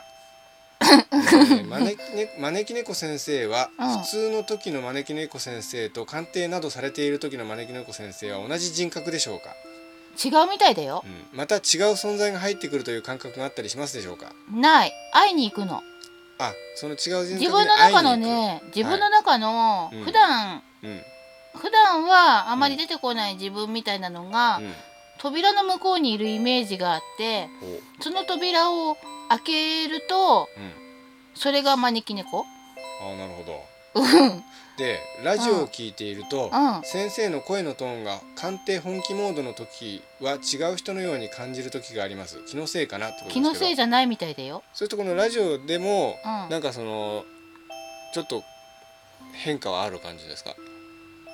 招き猫先生は普通の時の招き猫先生と鑑定などされている時の招き猫先生は同じ人格でしょうか？ 違うみたいだよ。 また違う存在が入ってくるという感覚があったりしますでしょうか？ ない。会いに行くの。 その違う人格に会いに行く。 自分の中のね、自分の中の普段はあまり出てこない自分みたいなのが、扉の向こうにいるイメージがあって、その扉を開けると、それが招き猫。 なるほど。で、ラジオを聞いていると、先生の声のトーンが鑑定本気モードの時は違う人のように感じる時があります。気のせいかなってことですけど。 気のせいじゃないみたいだよ。 それとこのラジオでも、なんかちょっと変化はある感じですか？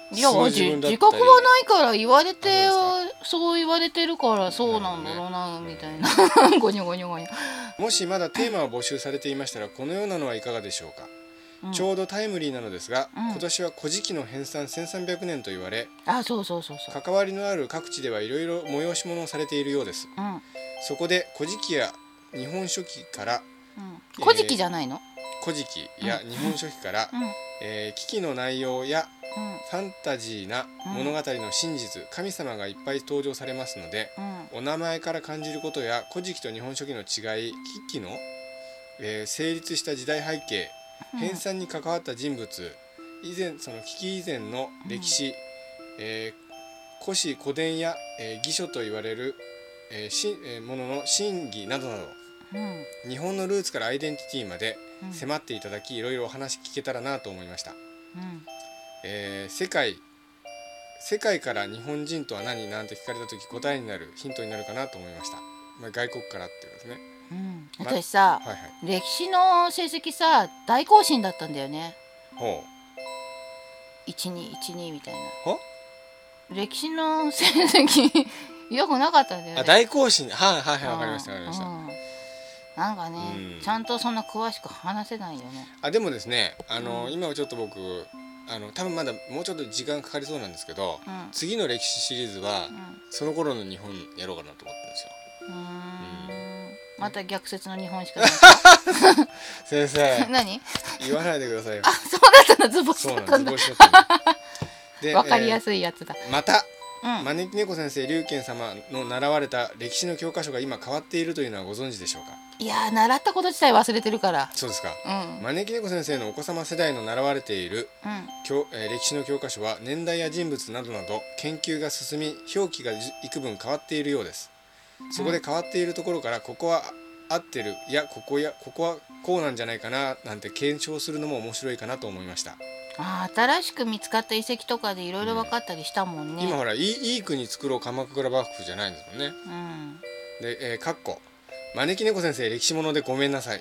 いや自覚はないから言われてそう言われてるからそうなんだろうなみたいなゴニョゴニョゴニョ。 もしまだテーマを募集されていましたらこのようなのはいかがでしょうか。ちょうどタイムリーなのですが、今年は古事記の編纂1300年と言われ、 そう関わりのある各地ではいろいろ催し物をされているようです。そこで古事記や日本書紀から、 古事記じゃないの？ 古事記や日本書紀から、危機の内容やファンタジーな物語の真実、神様がいっぱい登場されますので、お名前から感じることや古事記と日本書紀の違い、危機の、成立した時代背景、編纂に関わった人物、その危機以前の歴史、古史古典や、義書と言われる、ものの真偽などなど、日本のルーツからアイデンティティまで迫っていただき、いろいろお話聞けたらなと思いました。世界から日本人とは何なんて聞かれた時答えになるヒントになるかなと思いました。外国からっていうですね。 私さ、歴史の成績さ大更新だったんだよね。1212みたいな。歴史の成績よくなかったんだよね。 大更新。わかりましたなんかね、ちゃんとそんな詳しく話せないよね。 でもですね、今はちょっと僕多分まだもうちょっと時間かかりそうなんですけど、次の歴史シリーズは、その頃の日本やろうかなと思ってるんですよ。 また逆説の日本しかない先生何言わないでくださいよ。 そうだったの、図星だったんだ。わかりやすいやつだ。 また招き猫先生、龍賢様の習われた歴史の教科書が今変わっているというのはご存知でしょうか。 いや習ったこと自体忘れてるから。 そうですか。招き猫先生のお子様世代の習われている、歴史の教科書は年代や人物などなど研究が進み、表記が幾分変わっているようです。そこで変わっているところから、ここは合ってる、いやここはこうなんじゃないかななんて検証するのも面白いかなと思いました。 新しく見つかった遺跡とかでいろいろ分かったりしたもんね。 今ほらいい国作ろう鎌倉幕府じゃないんですもんね。で、かっこ招き猫先生歴史ものでごめんなさい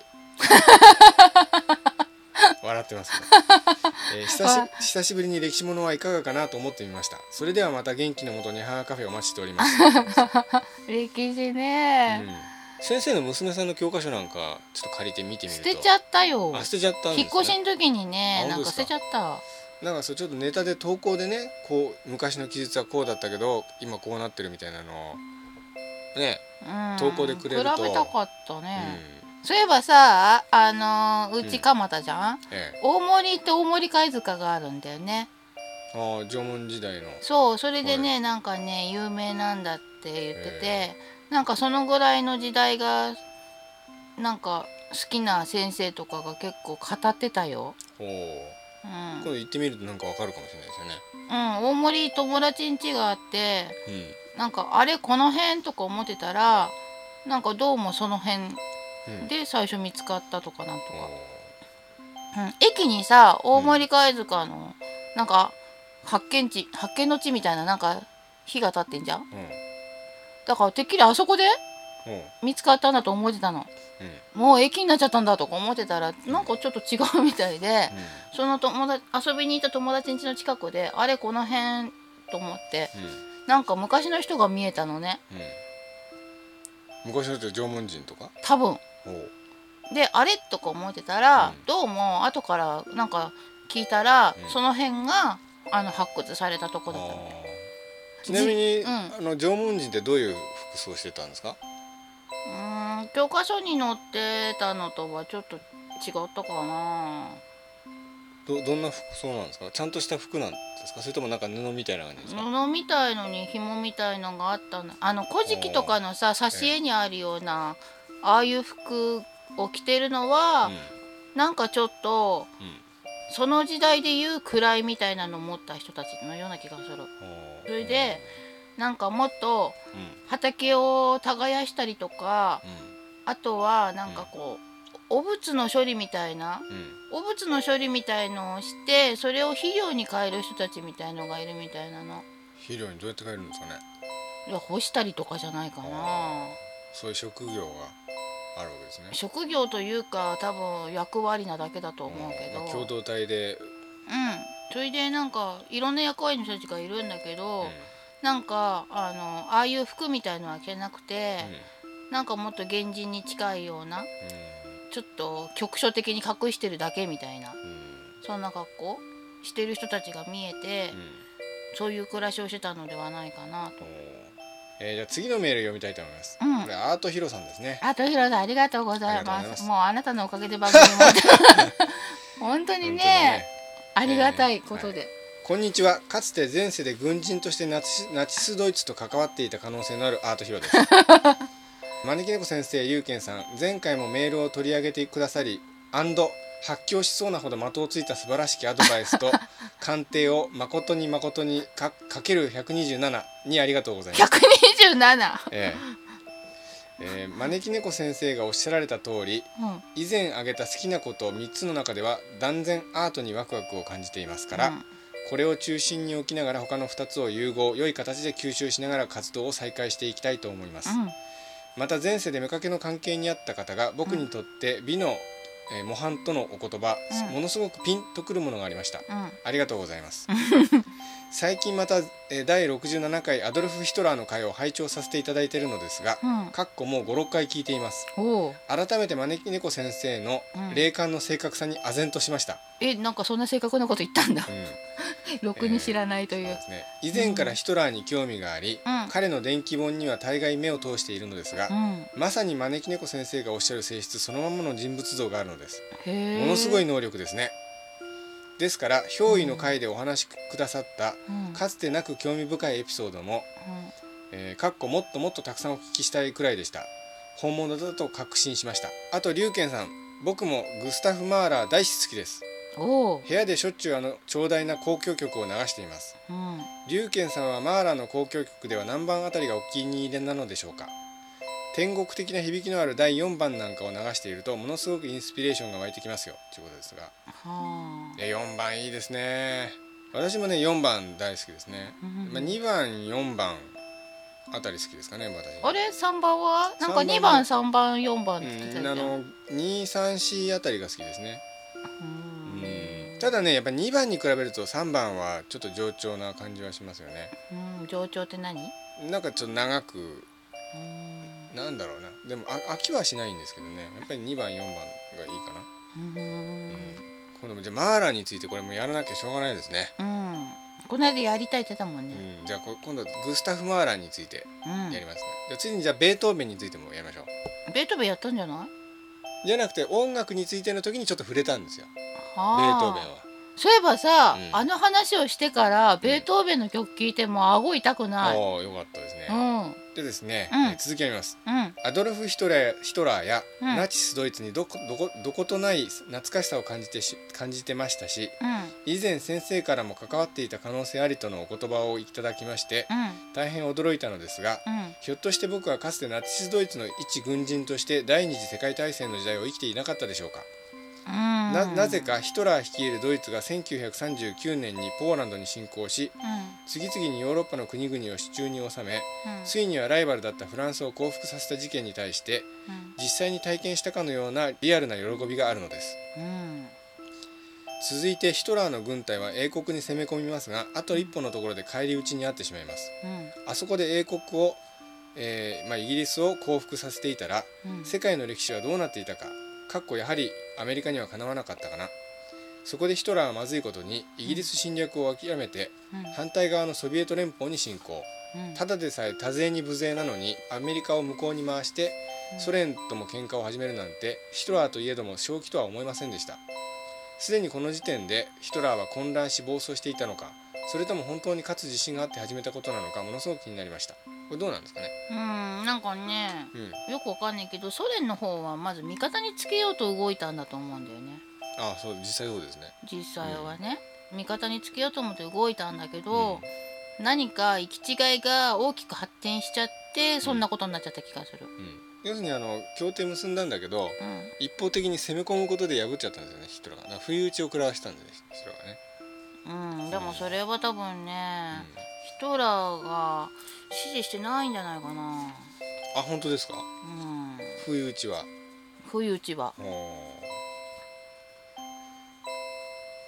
笑ってますね。久しぶりに歴史ものはいかがかなと思ってみました。それではまた元気のもとに母カフェお待ちしております歴史ね、 先生の娘さんの教科書なんかちょっと借りて見てみると。 捨てちゃったよ。 捨てちゃったんですね。 引っ越しの時にね、なんか捨てちゃった。 なんかそうちょっとネタで投稿でね、こう昔の記述はこうだったけど今こうなってるみたいなのをね、投稿でくれると比べたかったね。そういえばさ、うち蒲田じゃん、大森って大森貝塚があるんだよね。 縄文時代の。 そう、それでね、なんかね有名なんだって言ってて、なんかそのぐらいの時代がなんか好きな先生とかが結構語ってたよ。 今度行ってみるとなんかわかるかもしれないですよね。 大森友達ん家があって、なんかあれこの辺とか思ってたら、なんかどうもその辺で最初見つかったとかなんとか、駅にさ大森貝塚のなんか発見の地みたいななんか火が立ってんじゃん、だからてっきりあそこで見つかったんだと思ってたの、もう駅になっちゃったんだとか思ってたら、なんかちょっと違うみたいで、その遊びに行った友達ん家の近くであれこの辺と思って、なんか昔の人が見えたのね、 昔の人縄文人とか多分で、あれとか思ってたら、どうも後からなんか聞いたら、その辺が発掘されたとこだったみたい。 ちなみに、縄文人ってどういう服装してたんですか？ 教科書に載ってたのとはちょっと違ったかな。 どんな服装なんですか？ちゃんとした服なんですか？それともなんか布みたいな感じですか？ 布みたいのに紐みたいのがあったの。古事記とかのさ挿絵にあるような、ああいう服を着てるのは、なんかちょっと、その時代でいう位みたいなのを持った人たちのような気がする。それでなんかもっと畑を耕したりとか、あとはなんかこうお物の処理みたいな、お物の処理みたいのをして、それを肥料に変える人たちみたいのがいるみたいなの。 肥料にどうやって変えるんですかね？ いや、干したりとかじゃないかな。 そういう職業があるわけですね。 職業というか多分役割なだけだと思うけど、 共同体でそれでなんかいろんな役割の人たちがいるんだけど、なんかああいう服みたいのは着れなくて、なんかもっと現実に近いような、ちょっと局所的に隠してるだけみたいな、そんな格好してる人たちが見えて、そういう暮らしをしてたのではないかなと。 じゃあ次のメール読みたいと思います。これアートヒロさんですね。 アートヒロさんありがとうございます。もうあなたのおかげで番組も本当にね、ありがたいことで。 こんにちは。かつて前世で軍人としてナチスドイツと関わっていた可能性のあるアートヒロです。招き猫先生、ゆうけんさん、前回もメールを取り上げてくださり発狂しそうなほど的をついた素晴らしきアドバイスと鑑定を誠にかける127にありがとうございます。 127、 招き猫先生がおっしゃられた通り、以前挙げた好きなこと3つの中では断然アートにワクワクを感じていますから、これを中心に置きながら他の2つを融合、良い形で吸収しながら活動を再開していきたいと思います。また前世で妾の関係にあった方が僕にとって美の模範とのお言葉、ものすごくピンとくるものがありました。ありがとうございます。最近また第67回アドルフ・ヒトラーの回を拝聴させていただいているのですが、もう 5,6 回聞いています。改めて招き猫先生の霊感の正確さに唖然としました。 なんかそんな正確なこと言ったんだ。ろくに知らないという。 以前からヒトラーに興味があり、彼の伝記本には大概目を通しているのですが、まさに招き猫先生がおっしゃる性質そのままの人物像があるのです。ものすごい能力ですね。ですから憑依の回でお話しくださった、かつてなく興味深いエピソードも、もっともっとたくさんお聞きしたいくらいでした。本物だと確信しました。あとリュウケンさん、僕もグスタフ・マーラー大好きです。部屋でしょっちゅう長大な交響曲を流しています。リュウケンさんはマーラーの交響曲では何番あたりがお気に入りなのでしょうか。天国的な響きのある第4番なんかを流しているとものすごくインスピレーションが湧いてきますよということですが、4番いいですね。私もね4番大好きですね。2番4番あたり好きですかね。私あれ3番はなんか2番3番4番って言ってたじゃん。 234あたりが好きですね。ただねやっぱ2番に比べると3番はちょっと上調な感じはしますよね。 上調って何？なんかちょっと長くなんだろうな。でも飽きはしないんですけどね。やっぱり2番4番がいいかな。今度もじゃあマーラーについてこれもやらなきゃしょうがないですね。 この間やりたいって言ったもんね。 じゃあ今度グスタフ・マーラーについてやりますね。じゃあ次にじゃあベートーベンについてもやりましょう。ベートーベンやったんじゃない？ じゃなくて音楽についての時にちょっと触れたんですよ。ベートーベンは。 そういえばさ、あの話をしてからベートーベンの曲聴いても顎痛くない。 よかったですね。でですね、続きやります。アドルフ・ヒトラーやナチスドイツにどことない懐かしさを感じてましたし、以前先生からも関わっていた可能性ありとのお言葉をいただきまして、大変驚いたのですが、ひょっとして僕はかつてナチスドイツの一軍人として第二次世界大戦の時代を生きていなかったでしょうか。なぜかヒトラー率いるドイツが1939年にポーランドに侵攻し、次々にヨーロッパの国々を手中に収め、ついにはライバルだったフランスを降伏させた事件に対して、実際に体験したかのようなリアルな喜びがあるのです。続いてヒトラーの軍隊は英国に攻め込みますが、あと一歩のところで返り討ちにあってしまいます。あそこで英国を、イギリスを降伏させていたら、世界の歴史はどうなっていたか。やはりアメリカにはかなわなかったかな。そこでヒトラーはまずいことにイギリス侵略を諦めて、反対側のソビエト連邦に侵攻。ただでさえ多勢に無勢なのにアメリカを向こうに回してソ連とも喧嘩を始めるなんて、ヒトラーといえども正気とは思いませんでした。すでにこの時点でヒトラーは混乱し暴走していたのか、それとも本当に勝つ自信があって始めたことなのか、ものすごく気になりました。これどうなんですかね。 なんかね、よくわかんないけど、ソ連の方はまず味方につけようと動いたんだと思うんだよね。 そう、実際そうですね。 実際はね、味方につけようと思って動いたんだけど、何か行き違いが大きく発展しちゃって、そんなことになっちゃった気がする。 要するに協定結んだんだけど、一方的に攻め込むことで破っちゃったんですよね、ヒトラーが。不意打ちを食らわしたんでね、ヒトラーがね。 でもそれは多分ね、ヒトラーが支持してないんじゃないかな。 本当ですか。不意打ちは。 不意打ちは。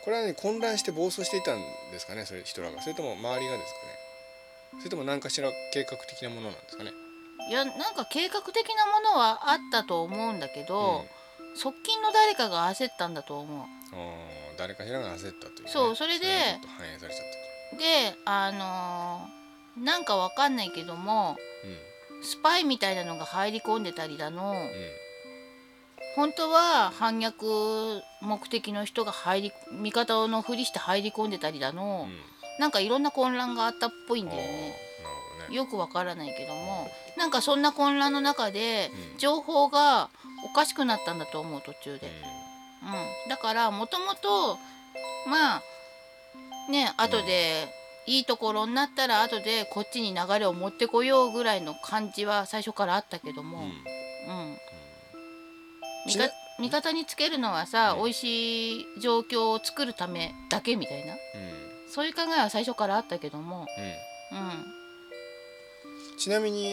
これはね混乱して暴走していたんですかね、それヒトラーが。それとも周りがですかね。それとも何かしら計画的なものなんですかね。 いや、なんか計画的なものはあったと思うんだけど、側近の誰かが焦ったんだと思う。 誰かしらが焦ったという、ね、 そう、それでちょっと反映されちゃったで、なんかわかんないけども、スパイみたいなのが入り込んでたりだの、本当は反逆目的の人が味方のふりして入り込んでたりだの、なんかいろんな混乱があったっぽいんだよね。よくわからないけども、なんかそんな混乱の中で情報がおかしくなったんだと思う、途中で。だからもともとまあね、後でいいところになったら後でこっちに流れを持ってこようぐらいの感じは最初からあったけども、味方につけるのはさ、美味しい状況を作るためだけみたいな、そういう考えは最初からあったけども、 ちなみに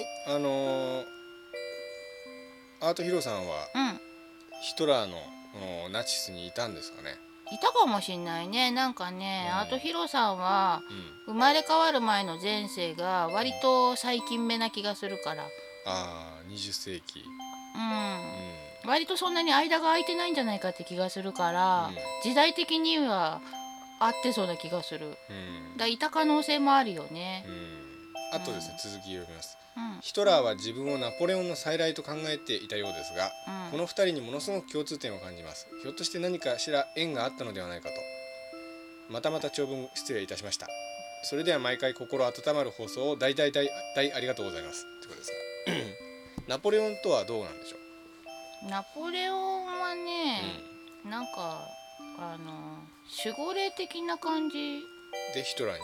アートヒロさんは、ヒトラーのナチスにいたんですかね。 いたかもしんないね。なんかね、アートヒロさんは、生まれ変わる前の前世が割と最近目な気がするから。 20世紀。 割とそんなに間が空いてないんじゃないかって気がするから、時代的には合ってそうな気がする。だいた可能性もあるよね。 あとですね、続き読みます。ヒトラーは自分をナポレオンの再来と考えていたようですが、この2人にものすごく共通点を感じます。ひょっとして何かしら縁があったのではないかと。また長文失礼いたしました。それでは毎回心温まる放送を大ありがとうございますということですがナポレオンとはどうなんでしょう。ナポレオンはね、なんか守護霊的な感じでヒトラーに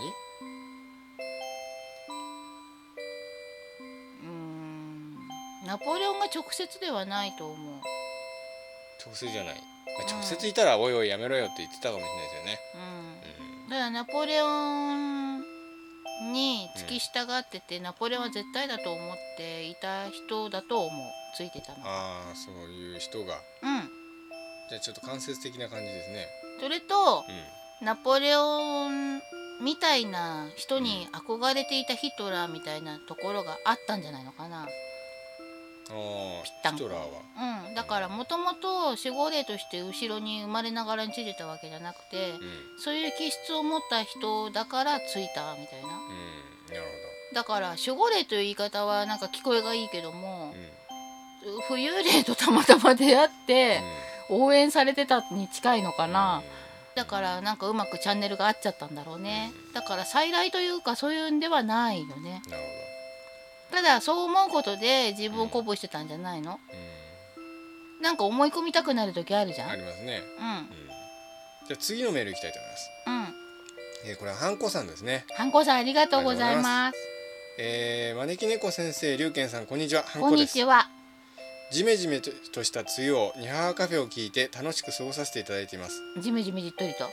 ナポレオンが直接ではないと思う。 直接じゃない、直接いたらおいおいやめろよって言ってたかもしれないですよね。 だからナポレオンに付き従ってて、ナポレオンは絶対だと思っていた人だと思う。ついてたの。 そういう人が。じゃあちょっと間接的な感じですね。 それと、ナポレオンみたいな人に憧れていたヒトラーみたいなところがあったんじゃないのかな。 ヒトラーは。 だからもともと守護霊として後ろに生まれながらについてたわけじゃなくて、そういう気質を持った人だからついたみたいな。 なるほど。だから守護霊という言い方はなんか聞こえがいいけども、浮遊霊とたまたま出会って応援されてたに近いのかな。だからなんかうまくチャンネルが合っちゃったんだろうね。だから再来というかそういうんではないよね。 なるほど。 ただそう思うことで自分を鼓舞してたんじゃないの？なんか思い込みたくなる時あるじゃん。 ありますね。じゃあ次のメールいきたいと思います。これはハンコさんですね。 ハンコさんありがとうございます。 招き猫先生、りゅうけんさん、こんにちは。ハンコです。こんにちは。 ジメジメとした梅雨をニハハカフェを聞いて楽しく過ごさせていただいています。 ジメジメじっとりと。 はい。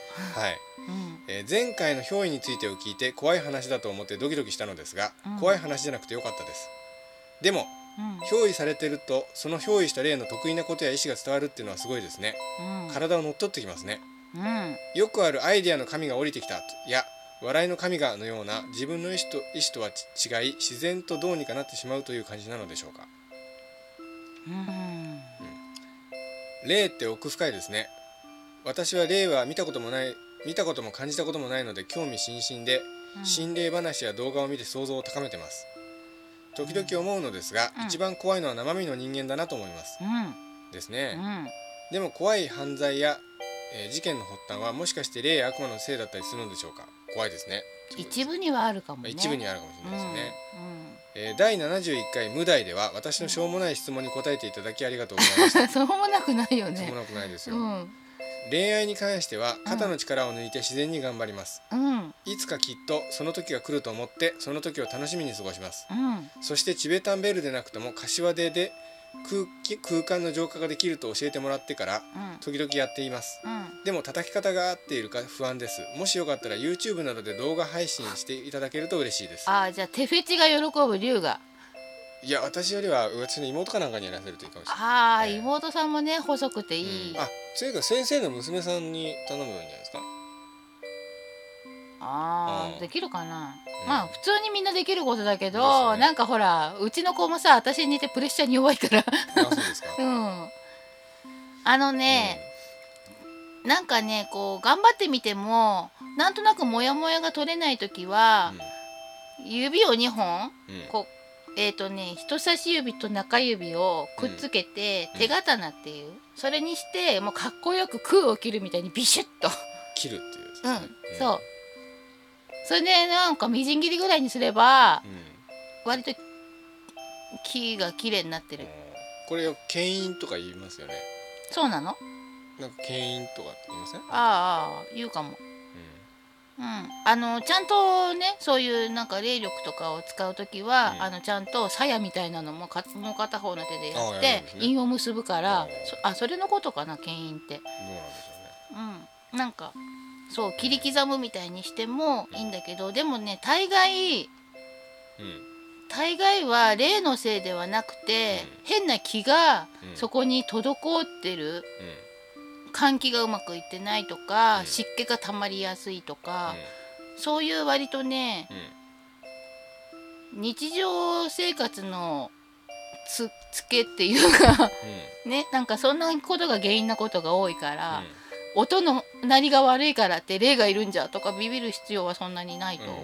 前回の憑依についてを聞いて怖い話だと思ってドキドキしたのですが、怖い話じゃなくてよかったです。でも、憑依されてるとその憑依した霊の得意なことや意思が伝わるっていうのはすごいですね。体を乗っ取ってきますね。よくあるアイデアの神が降りてきたや笑いの神がのような自分の意思とは違い自然とどうにかなってしまうという感じなのでしょうか。霊って奥深いですね。私は霊は見たことも感じたこともないので興味津々で、心霊話や動画を見て想像を高めてます。時々思うのですが、一番怖いのは生身の人間だなと思います。ですね。でも怖い犯罪や、事件の発端はもしかして霊や悪魔のせいだったりするのでしょうか。怖いですね。 一部にはあるかもね。 一部にはあるかもしれないですね。第71回無題では私のしょうもない質問に答えていただきありがとうございました。 しょうもなくないよね。 しょうもなくないですよ。恋愛に関しては肩の力を抜いて自然に頑張ります。いつかきっとその時が来ると思ってその時を楽しみに過ごします。そしてチベタンベルでなくても柏手で空間の浄化ができると教えてもらってから時々やっています。でも叩き方が合っているか不安です。もしよかったら YouTube などで動画配信していただけると嬉しいです。 じゃあ手フェチが喜ぶ龍が。 いや私よりは私の妹かなんかにやらせるといいかもしれない。 妹さんもね細くていい。 というか先生の娘さんに頼むんじゃないですか。 できるかな、まあ普通にみんなできることだけど、なんかほらうちの子もさ私に似てプレッシャーに弱いからそうですかなんかねこう頑張ってみてもなんとなくモヤモヤが取れない時は、指を2本、こう人差し指と中指をくっつけて、手刀っていうそれにしてもうかっこよく空を切るみたいにビシッと切るっていうやつですね。 そうそれでなんかみじん切りぐらいにすれば、割と木が綺麗になってる。 これを牽引とか言いますよね。 そうなの？ なんか牽引とかって言いません？ 言うかも。ちゃんとねそういうなんか霊力とかを使うときは、ちゃんと鞘みたいなのももう片方の手でやって印を結ぶからそれのことかな牽引って。どうなんでしょうね。なんかそう切り刻むみたいにしてもいいんだけど、でもね大概は霊のせいではなくて、変な気がそこに滞ってる、換気がうまくいってないとか、湿気が溜まりやすいとか、そういう割とね、日常生活のつけっていうかね、なんかそんなことが原因なことが多いから、音の鳴りが悪いからって霊がいるんじゃとかビビる必要はそんなにないと思う。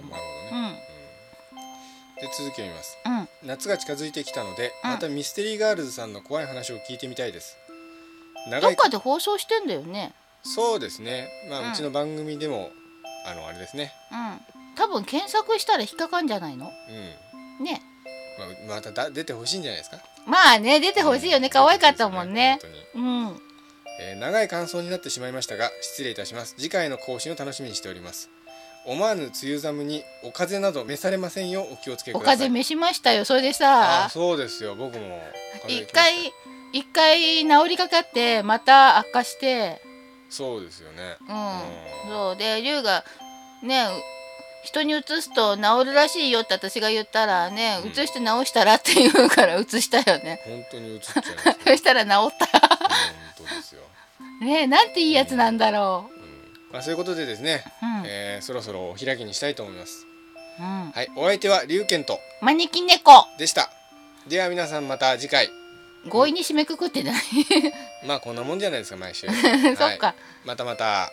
で続きを見ます、夏が近づいてきたので、またミステリーガールズさんの怖い話を聞いてみたいです。 どっかで放送してんだよね。 そうですね。うちの番組でもあれですね。 多分検索したら引っかかんじゃないの？ね。 また出てほしいんじゃないですか。 まあね出てほしいよね。可愛かったもんね。 長い感想になってしまいましたが失礼いたします。次回の更新を楽しみにしております。思わぬ梅雨寒にお風邪など召されませんようお気をつけください。 お風邪召しましたよ。それでさ。 そうですよ。僕も一回治りかかってまた悪化して。 そうですよね。 そうで龍がね人に移すと治るらしいよって私が言ったらね、移して治したらって言うから移したよね。 本当に移っちゃいました。 そしたら治った。 本当ですよ。 ねなんていいやつなんだろう。そういうことでですね、そろそろお開きにしたいと思います。はい、お相手は龍賢と招き猫でした。では皆さんまた次回。 強引に締めくくってないまあこんなもんじゃないですか毎週そっか、 またまた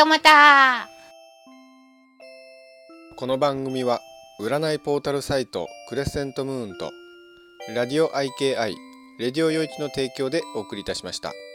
この番組は占いポータルサイトクレセントムーンとラディオ IKI レディオ余一の提供でお送りいたしました。